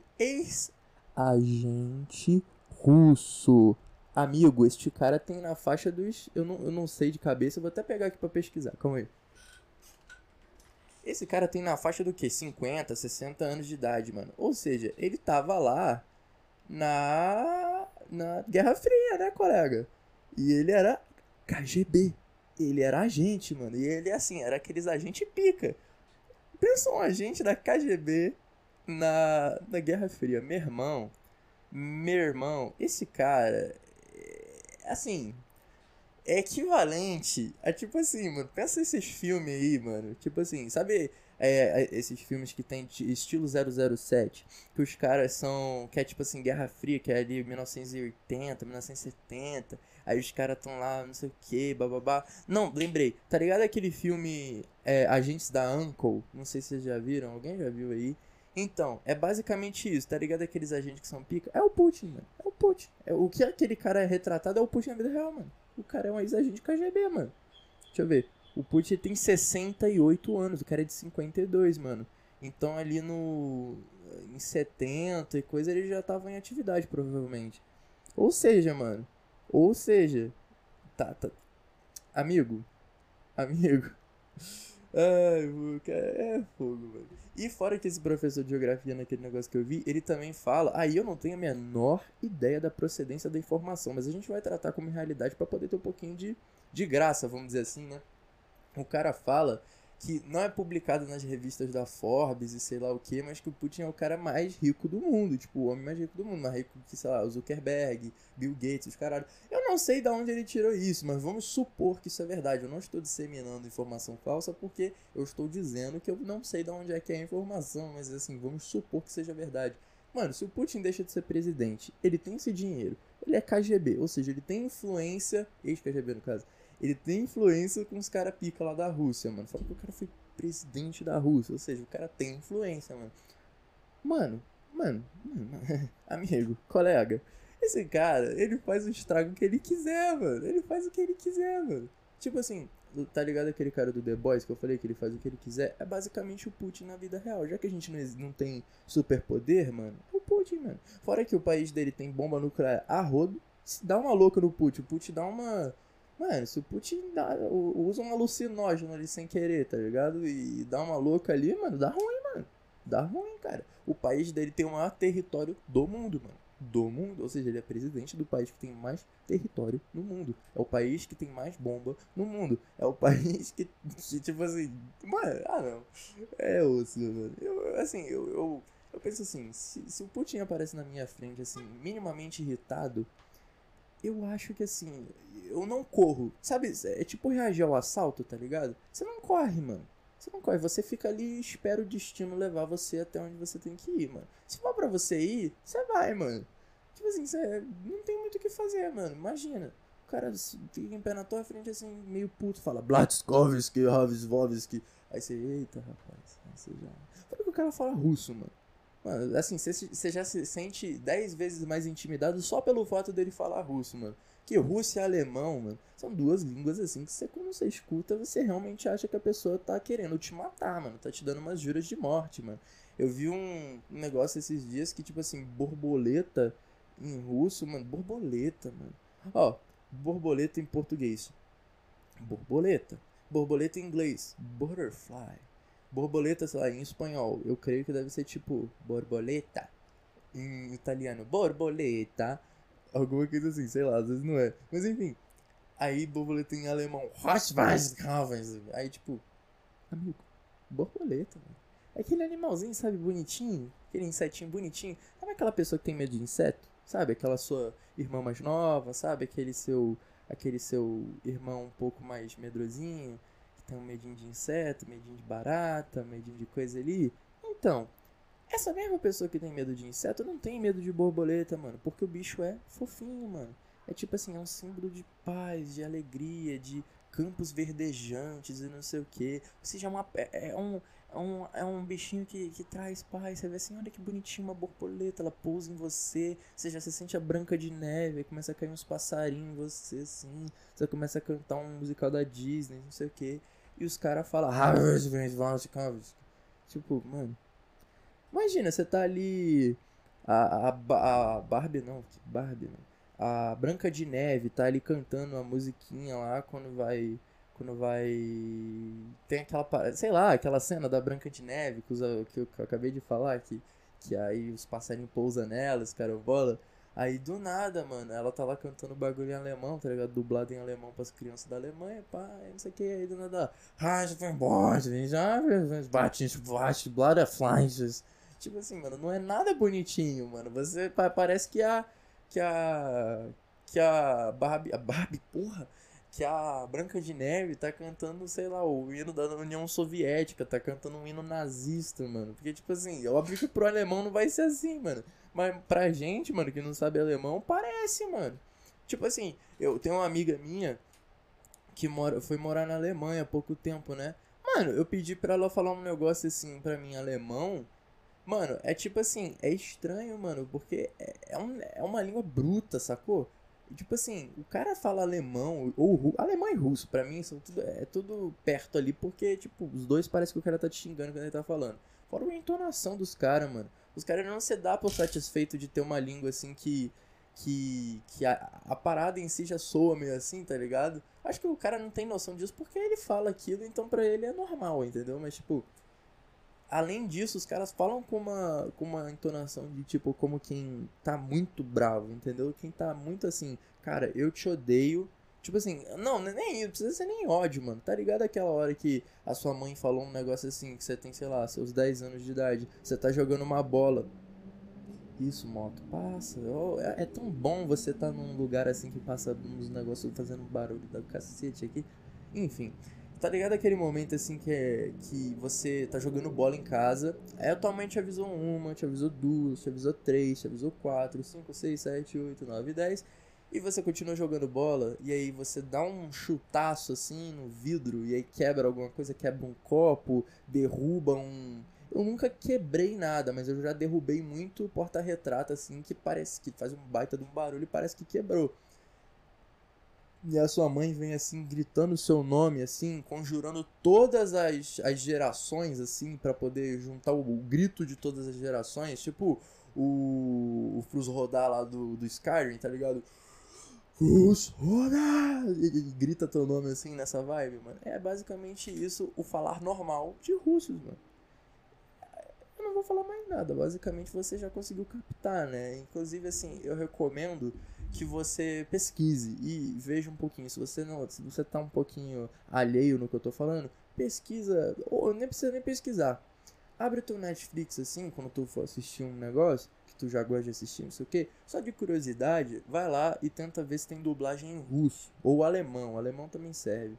ex-agente russo. Amigo, este cara tem na faixa dos... Eu não, eu não sei de cabeça, eu vou até pegar aqui pra pesquisar. Calma aí. Esse cara tem na faixa do quê? cinquenta, sessenta anos de idade, mano. Ou seja, ele tava lá na... na Guerra Fria, né, colega? E ele era K G B. Ele era agente, mano. E ele, assim, era aqueles agentes pica. Pensa um agente da K G B na, na Guerra Fria. Meu irmão, meu irmão, esse cara, é, assim, é equivalente a, tipo assim, mano, pensa esses filmes aí, mano. Tipo assim, sabe é, esses filmes que tem estilo zero zero sete, que os caras são, que é tipo assim, Guerra Fria, que é ali mil novecentos e oitenta, mil novecentos e setenta, aí os caras tão lá, não sei o que, bababá. Não, lembrei, tá ligado aquele filme é, Agentes da Uncle? Não sei se vocês já viram, alguém já viu aí? Então, é basicamente isso, tá ligado aqueles agentes que são pica? É o Putin, mano, é o Putin. É, o que aquele cara é retratado é o Putin na vida real, mano. O cara é um ex-agente K G B, mano. Deixa eu ver. O Putin tem sessenta e oito anos, o cara é de cinquenta e dois, mano. Então ali no... em setenta e coisa ele já tava em atividade, provavelmente. Ou seja, mano. Ou seja... Tá, tá... Amigo. Amigo. Ai, cara, é fogo, mano. E fora que esse professor de geografia, naquele negócio que eu vi, ele também fala... Aí eu não tenho a menor ideia da procedência da informação, mas a gente vai tratar como realidade pra poder ter um pouquinho de, de graça, vamos dizer assim, né? O cara fala que não é publicado nas revistas da Forbes e sei lá o que, mas que o Putin é o cara mais rico do mundo, tipo, o homem mais rico do mundo, mais rico que, sei lá, o Zuckerberg, Bill Gates, os caralho. Eu não sei de onde ele tirou isso, mas vamos supor que isso é verdade. Eu não estou disseminando informação falsa porque eu estou dizendo que eu não sei de onde é que é a informação, mas assim, vamos supor que seja verdade. Mano, se o Putin deixa de ser presidente, ele tem esse dinheiro, ele é K G B, ou seja, ele tem influência, ex-K G B no caso, ele tem influência com os caras pica lá da Rússia, mano. Fala que o cara foi presidente da Rússia. Ou seja, o cara tem influência, mano. Mano, mano, mano, amigo, colega. Esse cara, ele faz o estrago que ele quiser, mano. Ele faz o que ele quiser, mano. Tipo assim, tá ligado aquele cara do The Boys que eu falei que ele faz o que ele quiser? É basicamente o Putin na vida real. Já que a gente não, não tem superpoder, mano, é o Putin, mano. Fora que o país dele tem bomba nuclear a rodo, se dá uma louca no Putin, o Putin dá uma... Mano, se o Putin dá, usa um alucinógeno ali sem querer, tá ligado? E dá uma louca ali, mano, dá ruim, mano. Dá ruim, cara. O país dele tem o maior território do mundo, mano. Do mundo, ou seja, ele é presidente do país que tem mais território no mundo. É o país que tem mais bomba no mundo. É o país que, que tipo assim, mano, ah não. É osso, mano. Eu, assim, eu, eu, eu penso assim, se, se o Putin aparece na minha frente, assim, minimamente irritado, eu acho que assim, eu não corro. Sabe, é tipo reagir ao assalto, tá ligado? Você não corre, mano. Você não corre, você fica ali e espera o destino levar você até onde você tem que ir, mano. Se for pra você ir, você vai, mano. Tipo assim, você não tem muito o que fazer, mano. Imagina. O cara fica em pé na tua frente assim, meio puto, fala Blatskovski, Ravsvovski. Aí você, eita, rapaz. Aí você já... Fala que o cara fala russo, mano. Mano, assim, você já se sente dez vezes mais intimidado só pelo fato dele falar russo, mano. Que russo e alemão, mano, são duas línguas assim que você, quando você escuta, você realmente acha que a pessoa tá querendo te matar, mano. Tá te dando umas juras de morte, mano. Eu vi um negócio esses dias que, tipo assim, borboleta em russo, mano. Borboleta, mano. Ó, borboleta em português. Borboleta. Borboleta em inglês. Butterfly. Borboleta, sei lá, em espanhol. Eu creio que deve ser tipo borboleta. Em italiano, borboleta. Alguma coisa assim, sei lá, às vezes não é. Mas enfim. Aí borboleta em alemão. Aí tipo. Amigo, borboleta, mano. É aquele animalzinho, sabe, bonitinho. Aquele insetinho bonitinho. Sabe aquela pessoa que tem medo de inseto? Sabe? Aquela sua irmã mais nova, sabe? Aquele seu. Aquele seu irmão um pouco mais medrosinho. Que tem um medinho de inseto, medinho de barata, medinho de coisa ali. Então. Essa mesma pessoa que tem medo de inseto não tem medo de borboleta, mano. Porque o bicho é fofinho, mano. É tipo assim, é um símbolo de paz, de alegria, de campos verdejantes e não sei o que. Ou seja, é, uma, é, um, é, um, é um bichinho que, que traz paz. Você vê assim, olha que bonitinho uma borboleta, ela pousa em você. Você já se sente a Branca de Neve, aí começa a cair uns passarinhos em você, assim. Você começa a cantar um musical da Disney, não sei o que. E os caras falam, tipo, mano. Imagina, você tá ali. A, a, a Barbie não, Barbie não. A Branca de Neve tá ali cantando uma musiquinha lá quando vai. Quando vai. Tem aquela. Sei lá, aquela cena da Branca de Neve que, usa, que, eu, que eu acabei de falar, que, que aí os passarinhos pousam nela, os carambola. Aí do nada, mano, ela tá lá cantando bagulho em alemão, tá ligado? Dublado em alemão pras crianças da Alemanha, pá, não sei o que, aí do nada. Ah, já foi embora, já bate, bate, Butterflies. Tipo assim, mano, não é nada bonitinho, mano. Você parece que a. Que a. Que a Barbie. A Barbie, porra! Que a Branca de Neve tá cantando, sei lá, o hino da União Soviética, tá cantando um hino nazista, mano. Porque, tipo assim, é óbvio que pro alemão não vai ser assim, mano. Mas pra gente, mano, que não sabe alemão, parece, mano. Tipo assim, eu tenho uma amiga minha que mora, foi morar na Alemanha há pouco tempo, né? Mano, eu pedi pra ela falar um negócio assim pra mim em alemão. Mano, é tipo assim, é estranho, mano, porque é, é, um, é uma língua bruta, sacou? E, tipo assim, o cara fala alemão, ou ru, alemão e russo, pra mim, são tudo, é tudo perto ali, porque, tipo, os dois parece que o cara tá te xingando quando ele tá falando. Fora a entonação dos caras, mano. Os caras não se dá por satisfeito de ter uma língua assim que. Que, que a, a parada em si já soa meio assim, tá ligado? Acho que o cara não tem noção disso porque ele fala aquilo, então pra ele é normal, entendeu? Mas, tipo. Além disso, os caras falam com uma, com uma entonação de tipo, como quem tá muito bravo, entendeu? Quem tá muito assim, cara, eu te odeio. Tipo assim, não, nem não precisa ser nem ódio, mano. Tá ligado aquela hora que a sua mãe falou um negócio assim, que você tem, sei lá, seus dez anos de idade, você tá jogando uma bola. Isso, moto, passa. Oh, é, é tão bom você tá num lugar assim que passa uns negócios fazendo barulho da cacete aqui. Enfim. Tá ligado aquele momento assim que é que você tá jogando bola em casa, aí a tua mãe te avisou uma, te avisou duas, te avisou três, te avisou quatro, cinco, seis, sete, oito, nove, dez, e você continua jogando bola, e aí você dá um chutaço assim no vidro, e aí quebra alguma coisa, quebra um copo, derruba um... Eu nunca quebrei nada, mas eu já derrubei muito porta-retrato assim, que parece que faz um baita de um barulho e parece que quebrou. e a sua mãe vem assim gritando o seu nome, assim, conjurando todas as, as gerações, assim, pra poder juntar o, o grito de todas as gerações, tipo o, o Frus Rodar lá do, do Skyrim, tá ligado? Frus Rodar! E, e grita teu nome assim nessa vibe, mano. É basicamente isso, o falar normal de russos, mano. Eu não vou falar mais nada, basicamente você já conseguiu captar, né? Inclusive, assim, eu recomendo que você pesquise e veja um pouquinho. Se você não, se você tá um pouquinho alheio no que eu tô falando, pesquisa, ou nem precisa nem pesquisar. Abre o teu Netflix assim, quando tu for assistir um negócio que tu já gosta de assistir, não sei o que, só de curiosidade, vai lá e tenta ver se tem dublagem em russo ou alemão. O alemão também serve.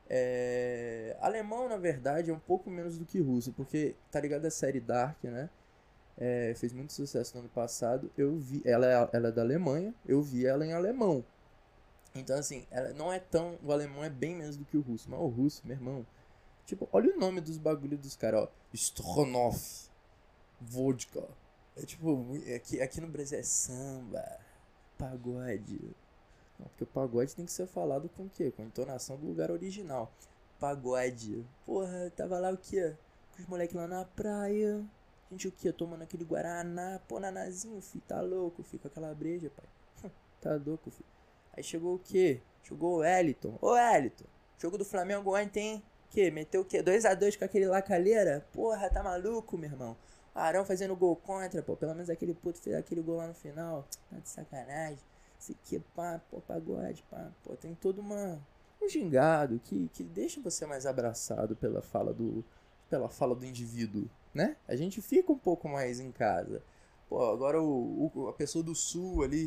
É... Alemão, na verdade, é um pouco menos do que russo, porque tá ligado a série Dark, né? É, fez muito sucesso no ano passado. Eu vi, ela é, ela é da Alemanha, eu vi ela em alemão. Então, assim, ela não é tão. O alemão é bem menos do que o russo, mas o russo, meu irmão. Tipo, olha o nome dos bagulhos dos caras, ó. Stronoff, vodka. É tipo, aqui, aqui no Brasil é samba, pagode. Não, porque o pagode tem que ser falado com o quê? Com a entonação do lugar original. Pagode. Porra, tava lá o quê? Com os moleques lá na praia. Gente, o quê? Tomando aquele guaraná. Pô, nanazinho, fi. Tá louco, fi. Com aquela breja, pai. Tá louco, fi. Aí chegou o quê? Chegou o Wellington. Ô, Wellington. Jogo do Flamengo ontem, hein? Que? Meteu o quê? dois a dois com aquele Lacalheira? Porra, tá maluco, meu irmão? O Arão fazendo gol contra, pô. Pelo menos aquele puto fez aquele gol lá no final. Tá de sacanagem. Esse aqui, pá, pô, pagode, pá. Pô, tem todo uma... um gingado que, que deixa você mais abraçado pela fala do... pela fala do indivíduo, né? A gente fica um pouco mais em casa. Pô, agora o, o, a pessoa do Sul ali...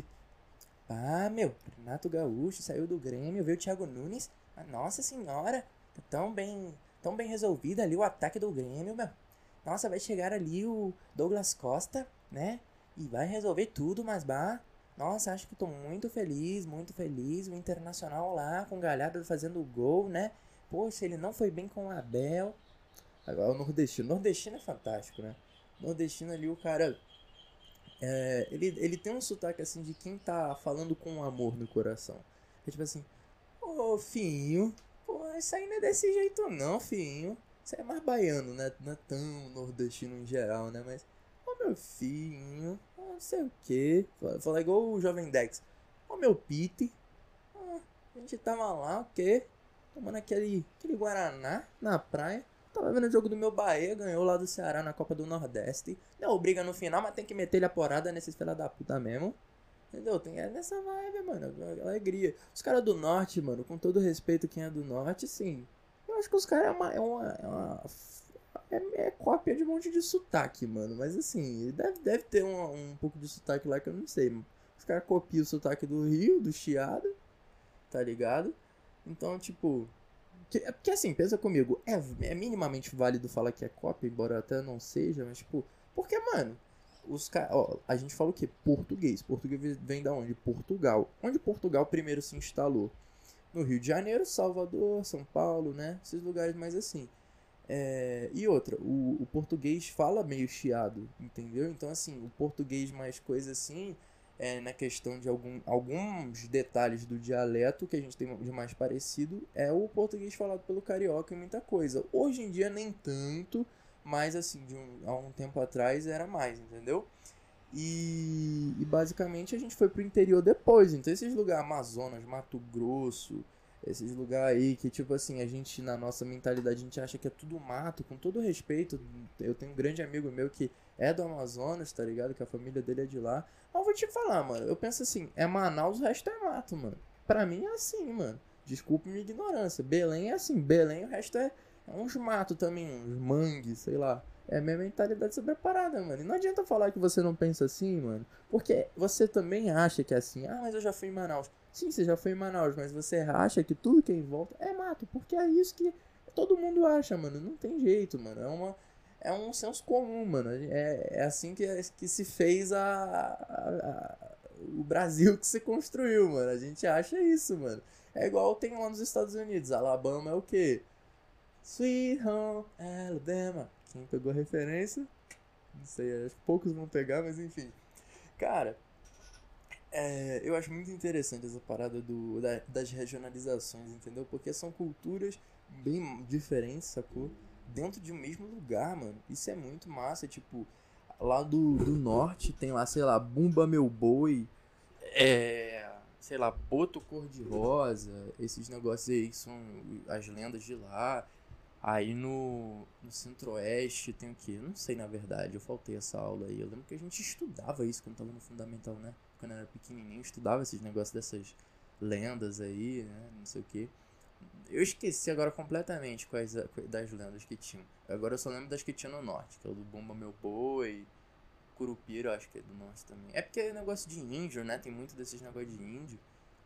Ah, meu, Renato Gaúcho saiu do Grêmio, veio o Thiago Nunes. Ah, nossa senhora, tá tão bem, tão bem resolvido ali o ataque do Grêmio, meu. Nossa, vai chegar ali o Douglas Costa, né? E vai resolver tudo, mas bah. Nossa, acho que tô muito feliz, muito feliz. O Internacional lá com o Galhardo fazendo o gol, né? Poxa, ele não foi bem com o Abel. Agora o nordestino. O nordestino é fantástico, né? O nordestino ali, o cara. É, ele, ele tem um sotaque assim de quem tá falando com amor no coração. É tipo assim, ô filhinho, pô, isso aí não é desse jeito não, filhinho. Isso aí é mais baiano, né? Não é tão nordestino em geral, né? Mas, ô meu filhinho, não sei o que. Fala igual o Jovem Dex. Ô meu Pete, ah, a gente tava lá, o quê? Tomando aquele, aquele Guaraná na praia. Tava vendo o jogo do meu Bahia, ganhou lá do Ceará na Copa do Nordeste. Deu briga no final, mas tem que meter ele a porrada nesses filha da puta mesmo. Entendeu? Tem é nessa vibe, mano. Alegria. Os caras do norte, mano, com todo respeito quem é do norte, sim. Eu acho que os caras é uma. É, uma, é, uma é, é cópia de um monte de sotaque, mano. Mas assim, deve, deve ter um, um pouco de sotaque lá que eu não sei. Os caras copiam o sotaque do Rio, do Chiado, tá ligado? Então, tipo. Que, é porque assim, pensa comigo, é, é minimamente válido falar que é cópia, embora até não seja, mas tipo, porque, mano, os caras, ó, a gente fala o quê? Português. Português vem da onde? Portugal. Onde Portugal primeiro se instalou? No Rio de Janeiro, Salvador, São Paulo, né? Esses lugares mais assim. É, e outra, o, o português fala meio chiado, entendeu? Então, assim, o português mais coisa assim, é, na questão de algum, alguns detalhes do dialeto que a gente tem de mais parecido, é o português falado pelo carioca e muita coisa. Hoje em dia, nem tanto, mas, assim, de um, há um tempo atrás era mais, entendeu? E, e basicamente a gente foi pro interior depois. Então, esses lugares, Amazonas, Mato Grosso. Esses lugares aí que, tipo assim, a gente, na nossa mentalidade, a gente acha que é tudo mato, com todo respeito. Eu tenho um grande amigo meu que é do Amazonas, tá ligado? Que a família dele é de lá. Mas eu vou te falar, mano. Eu penso assim, é Manaus, o resto é mato, mano. Pra mim é assim, mano. Desculpe minha ignorância. Belém é assim, Belém o resto é, é uns matos também, uns mangues, sei lá. É a minha mentalidade sobre a parada, mano. E não adianta falar que você não pensa assim, mano. Porque você também acha que é assim. Ah, mas eu já fui em Manaus. Sim, você já foi em Manaus, mas você acha que tudo que é em volta é mato, porque é isso que todo mundo acha, mano. Não tem jeito, mano. É uma é um senso comum, mano. É, é assim que, que se fez a, a, a- o Brasil que se construiu, mano. A gente acha isso, mano. É igual tem lá nos Estados Unidos. Alabama é o quê? Sweet Home Alabama. Quem pegou a referência? Não sei, acho que poucos vão pegar, mas enfim. Cara, É, eu acho muito interessante essa parada do, da- das regionalizações, entendeu? Porque são culturas bem diferentes, sacou? Dentro de um mesmo lugar, mano. Isso é muito massa. Tipo, lá do, do norte tem lá, sei lá, Bumba Meu Boi, é, sei lá, Boto Cor-de-Rosa, esses negócios aí que são as lendas de lá. Aí no, no Centro-Oeste tem o quê? Eu não sei na verdade, eu faltei essa aula aí. Eu lembro que a gente estudava isso quando tava no fundamental, né? Quando eu era pequenininho, estudava esses negócios dessas lendas aí, né? Não sei o quê. Eu esqueci agora completamente quais das lendas que tinham. Agora eu só lembro das que tinha no norte, que é o do Bumba Meu Boi, Curupira, eu acho que é do norte também. É porque é negócio de índio, né? Tem muito desses negócios de índio.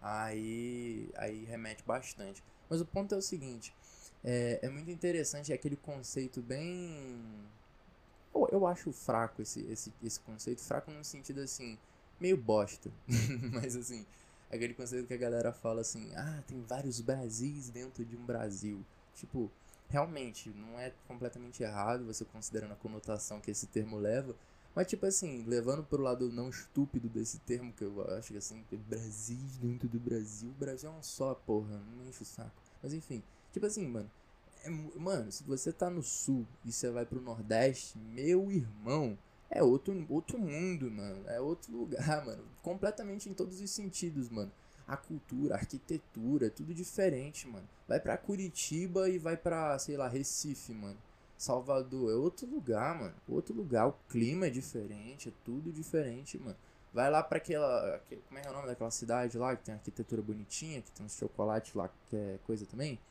Aí, aí remete bastante. Mas o ponto é o seguinte: é, é muito interessante aquele conceito bem. Pô, eu acho fraco esse, esse, esse conceito. Fraco no sentido assim, meio bosta. Mas assim, aquele conceito que a galera fala assim: ah, tem vários Brasis dentro de um Brasil. Tipo, realmente, não é completamente errado você considerando a conotação que esse termo leva. Mas, tipo assim, levando pro lado não estúpido desse termo, que eu acho que assim, Brasis dentro do Brasil. O Brasil é um só, porra, não enche o saco. Mas enfim, tipo assim, mano. É, mano, se você tá no sul e você vai pro Nordeste, meu irmão, é outro, outro mundo, mano. É outro lugar, mano. Completamente em todos os sentidos, mano. A cultura, a arquitetura, é tudo diferente, mano. Vai pra Curitiba e vai pra, sei lá, Recife, mano. Salvador, é outro lugar, mano. Outro lugar. O clima é diferente, é tudo diferente, mano. Vai lá pra aquela. Como é que é o nome daquela cidade lá que tem arquitetura bonitinha, que tem uns chocolates lá, que é coisa também?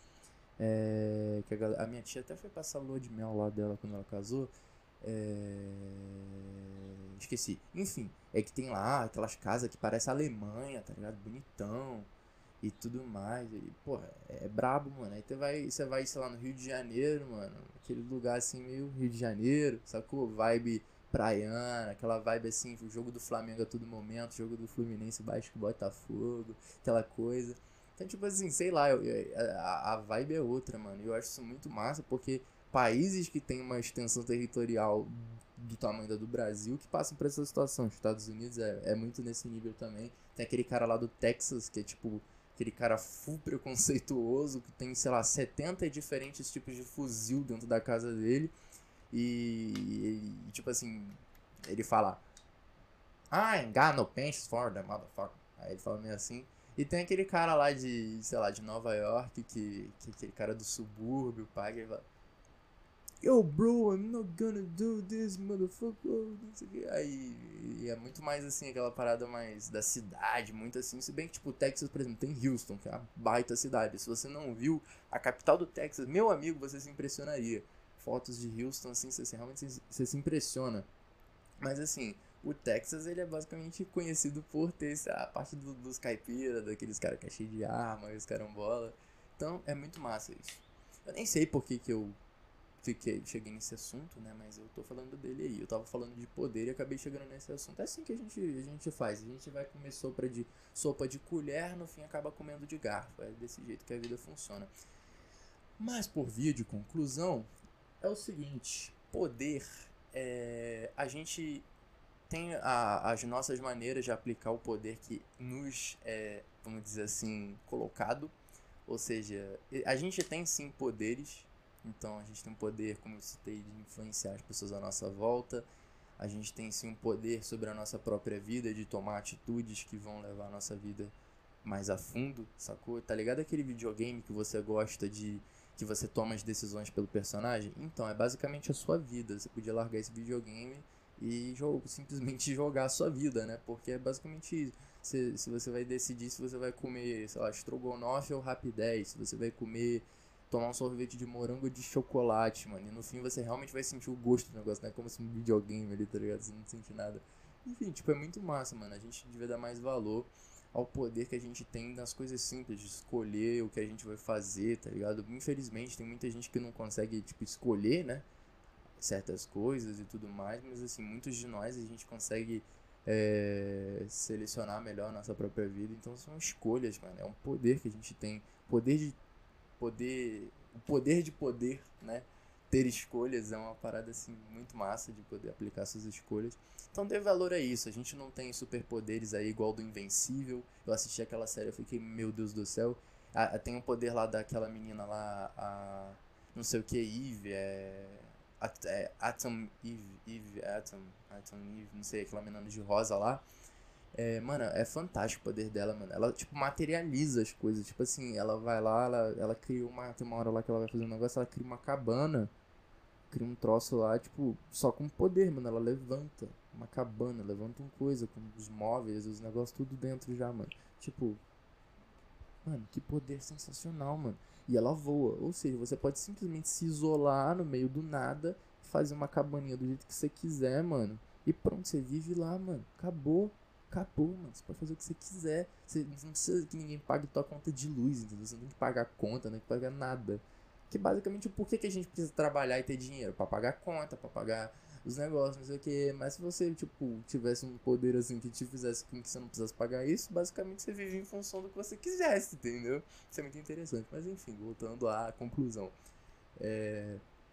É, que a, a minha tia até foi passar a lua de mel lá dela quando ela casou. É, esqueci. Enfim, é que tem lá aquelas casas que parece Alemanha, tá ligado? Bonitão e tudo mais. E, porra, é brabo, mano. Aí você vai, você vai, sei lá, no Rio de Janeiro, mano. Aquele lugar assim, meio Rio de Janeiro, sacou? Vibe praiana, aquela vibe assim, o jogo do Flamengo a todo momento, jogo do Fluminense, Vasco, Botafogo, aquela coisa. Então, tipo assim, sei lá, eu, eu, a, a vibe é outra, mano. Eu acho isso muito massa, porque países que têm uma extensão territorial do tamanho da do Brasil que passam por essa situação. Os Estados Unidos é, é muito nesse nível também. Tem aquele cara lá do Texas, que é tipo aquele cara full preconceituoso, que tem, sei lá, setenta diferentes tipos de fuzil dentro da casa dele. E, e tipo assim, ele fala: I ain't got no pants for the motherfucker. Aí ele fala meio assim. E tem aquele cara lá de, sei lá, de Nova York, que, que aquele cara do subúrbio, paga e fala: Yo, bro, I'm not gonna do this, motherfucker. Aí e é muito mais assim, aquela parada mais da cidade, muito assim. Se bem que, tipo, o Texas, por exemplo, tem Houston, que é uma baita cidade. Se você não viu a capital do Texas, meu amigo, você se impressionaria. Fotos de Houston, assim, você realmente você se impressiona. Mas assim, o Texas ele é basicamente conhecido por ter a parte do, dos caipiras, daqueles caras que é cheio de arma, os carambola. Então é muito massa isso. Eu nem sei por que, que eu fiquei, cheguei nesse assunto, né? Mas eu tô falando dele aí. Eu tava falando de poder e acabei chegando nesse assunto. É assim que a gente, a gente faz. A gente vai comer sopa de, sopa de colher, no fim acaba comendo de garfo. É desse jeito que a vida funciona. Mas por via de conclusão, é o seguinte: poder é, a gente tem a, as nossas maneiras de aplicar o poder que nos é, vamos dizer assim, colocado. Ou seja, a gente tem sim poderes. Então a gente tem um poder, como eu citei, de influenciar as pessoas à nossa volta. A gente tem sim um poder sobre a nossa própria vida, de tomar atitudes que vão levar a nossa vida mais a fundo, sacou? Tá ligado aquele videogame que você gosta de, que você toma as decisões pelo personagem? Então, é basicamente a sua vida. Você podia largar esse videogame e jogo, simplesmente jogar a sua vida, né? Porque é basicamente isso. Se, se você vai decidir se você vai comer, sei lá, estrogonofe ou rapidez, se você vai comer, tomar um sorvete de morango ou de chocolate, mano. E no fim você realmente vai sentir o gosto do negócio, não é como se um videogame ali, tá ligado? Você não sente nada. Enfim, tipo, é muito massa, mano. A gente devia dar mais valor ao poder que a gente tem nas coisas simples, de escolher o que a gente vai fazer, tá ligado? Infelizmente tem muita gente que não consegue, tipo, escolher, né, certas coisas e tudo mais, mas assim, muitos de nós a gente consegue é, selecionar melhor a nossa própria vida, então são escolhas, mano, é um poder que a gente tem, poder de poder, o poder de poder, né, ter escolhas é uma parada assim muito massa de poder aplicar suas escolhas. Então dê valor a isso. A gente não tem superpoderes aí igual do Invencível. Eu assisti aquela série, eu fiquei, meu Deus do céu. Ah, tem um poder lá daquela menina lá, a não sei o que, Eve, é, At- é Atom Eve, Eve, Atom, Atom Eve, não sei, aquela menina de rosa lá. É, mano, é fantástico o poder dela, mano. Ela, tipo, materializa as coisas. Tipo assim, ela vai lá, ela, ela cria uma. Tem uma hora lá que ela vai fazer um negócio, ela cria uma cabana. Cria um troço lá, tipo, só com poder, mano. Ela levanta uma cabana, levanta uma coisa, com os móveis, os negócios tudo dentro já, mano. Tipo, mano, que poder sensacional, mano. E ela voa. Ou seja, você pode simplesmente se isolar no meio do nada, fazer uma cabaninha do jeito que você quiser, mano. E pronto, você vive lá, mano. Acabou. Acabou, mano. Você pode fazer o que você quiser. Você não precisa que ninguém pague tua conta de luz, entendeu? Você não tem que pagar conta, não tem que pagar nada. Que basicamente o porquê que a gente precisa trabalhar e ter dinheiro? Pra pagar conta, pra pagar os negócios, não sei o que. Mas se você, tipo, tivesse um poder assim que te fizesse com que você não precisasse pagar isso, basicamente você vive em função do que você quisesse, entendeu? Isso é muito interessante. Mas enfim, voltando à conclusão. É.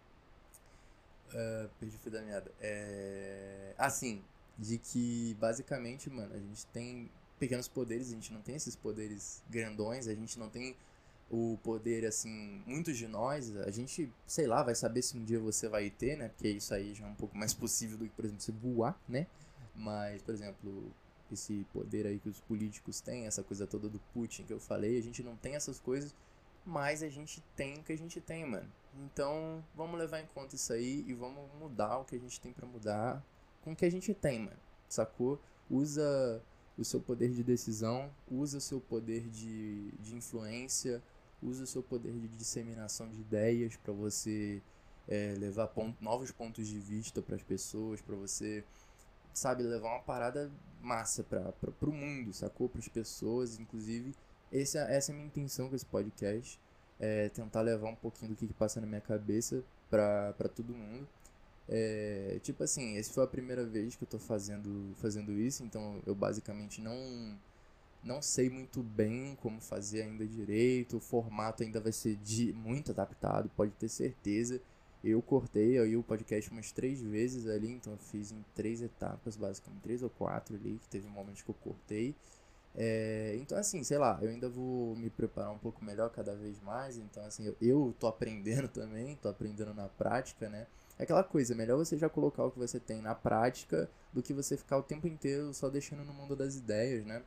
Uh, perdi o fio da meada. É. Assim, de que basicamente, mano, a gente tem pequenos poderes, a gente não tem esses poderes grandões, a gente não tem o poder, assim, muitos de nós, a gente, sei lá, vai saber se um dia você vai ter, né? Porque isso aí já é um pouco mais possível do que, por exemplo, você voar, né? Mas, por exemplo, esse poder aí que os políticos têm, essa coisa toda do Putin que eu falei, a gente não tem essas coisas, mas a gente tem o que a gente tem, mano. Então, vamos levar em conta isso aí e vamos mudar o que a gente tem pra mudar com o que a gente tem, mano. Sacou? Usa o seu poder de decisão, usa o seu poder de, de influência, usa o seu poder de disseminação de ideias para você é, levar ponto, novos pontos de vista para as pessoas, para você, sabe, levar uma parada massa para o mundo, sacou? Para as pessoas, inclusive. Essa, essa é a minha intenção com esse podcast, é tentar levar um pouquinho do que, que passa na minha cabeça para todo mundo. É, tipo assim, essa foi a primeira vez que eu tô fazendo, fazendo isso, então eu basicamente não não sei muito bem como fazer ainda direito, o formato ainda vai ser de, muito adaptado, pode ter certeza. Eu cortei aí o podcast umas três vezes ali, então eu fiz em três etapas, basicamente, três ou quatro ali, que teve momentos que eu cortei. É, então assim, sei lá, eu ainda vou me preparar um pouco melhor cada vez mais, então assim, eu, eu tô aprendendo também, tô aprendendo na prática, né? É aquela coisa, é melhor você já colocar o que você tem na prática do que você ficar o tempo inteiro só deixando no mundo das ideias, né?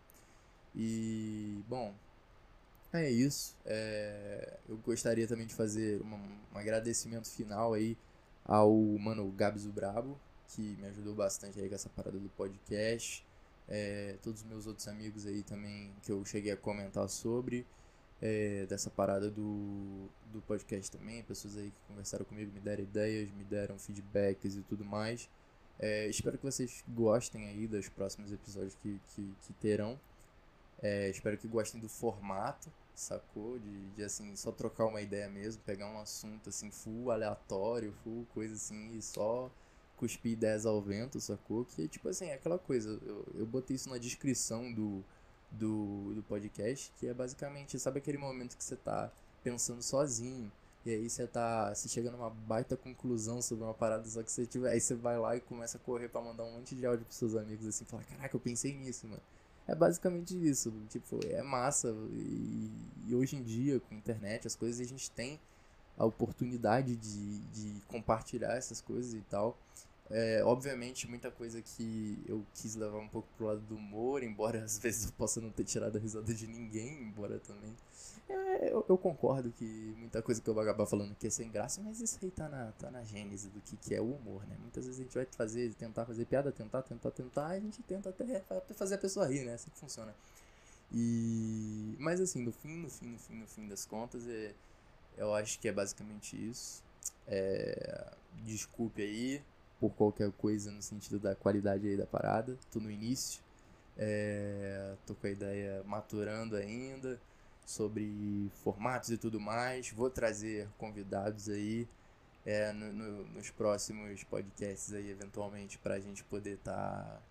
E, bom, é isso. É, eu gostaria também de fazer uma, um agradecimento final aí ao mano Gabs o Brabo, que me ajudou bastante aí com essa parada do podcast. É, todos os meus outros amigos aí também que eu cheguei a comentar sobre, é, dessa parada do, do podcast também, pessoas aí que conversaram comigo, me deram ideias, me deram feedbacks e tudo mais. É, espero que vocês gostem aí dos próximos episódios que, que, que terão. É, espero que gostem do formato, sacou? De, de, assim, só trocar uma ideia mesmo, pegar um assunto, assim, full aleatório, full coisa assim, e só cuspir ideias ao vento, sacou? Que, tipo assim, é aquela coisa, eu, eu botei isso na descrição do, do, do podcast, que é basicamente, sabe aquele momento que você tá pensando sozinho, e aí você tá, você chega numa baita conclusão sobre uma parada, só que você tiver, aí você vai lá e começa a correr pra mandar um monte de áudio pros seus amigos, assim, falar, caraca, eu pensei nisso, mano. É basicamente isso, tipo, é massa e, e hoje em dia com a internet, as coisas, a gente tem a oportunidade de, de compartilhar essas coisas e tal. É, obviamente, muita coisa que eu quis levar um pouco pro lado do humor, embora às vezes eu possa não ter tirado a risada de ninguém, embora também. É, eu, eu concordo que muita coisa que eu vou acabar falando aqui é sem graça, mas isso aí tá na, tá na gênese do que, que é o humor, né? Muitas vezes a gente vai fazer, tentar fazer piada, tentar, tentar, tentar, e a gente tenta até, até fazer a pessoa rir, né? Assim que funciona. E... Mas assim, no fim, no fim, no fim, no fim das contas, é, eu acho que é basicamente isso. É, desculpe aí por qualquer coisa no sentido da qualidade aí da parada. Tô no início. É, tô com a ideia maturando ainda sobre formatos e tudo mais. Vou trazer convidados aí é, no, no, nos próximos podcasts aí, eventualmente, pra gente poder tá,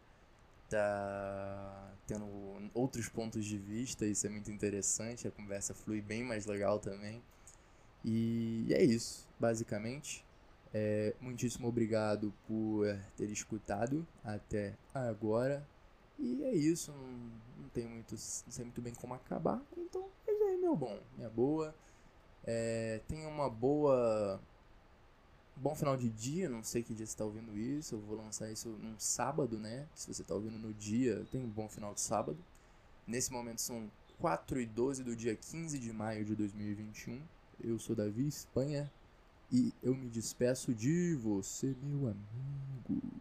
tá tendo outros pontos de vista. Isso é muito interessante. A conversa flui bem mais legal também. E é isso, basicamente. É, muitíssimo obrigado por ter escutado até agora. E é isso, não, não, tem muito, não sei muito bem como acabar. Então, esse aí é meu bom, minha boa. É, tenha uma boa... Bom final de dia, não sei que dia você está ouvindo isso. Eu vou lançar isso num sábado, né? Se você está ouvindo no dia, tenha um bom final de sábado. Nesse momento são quatro e doze do dia quinze de maio de dois mil e vinte e um. Eu sou Davi Espanha e eu me despeço de você, meu amigo.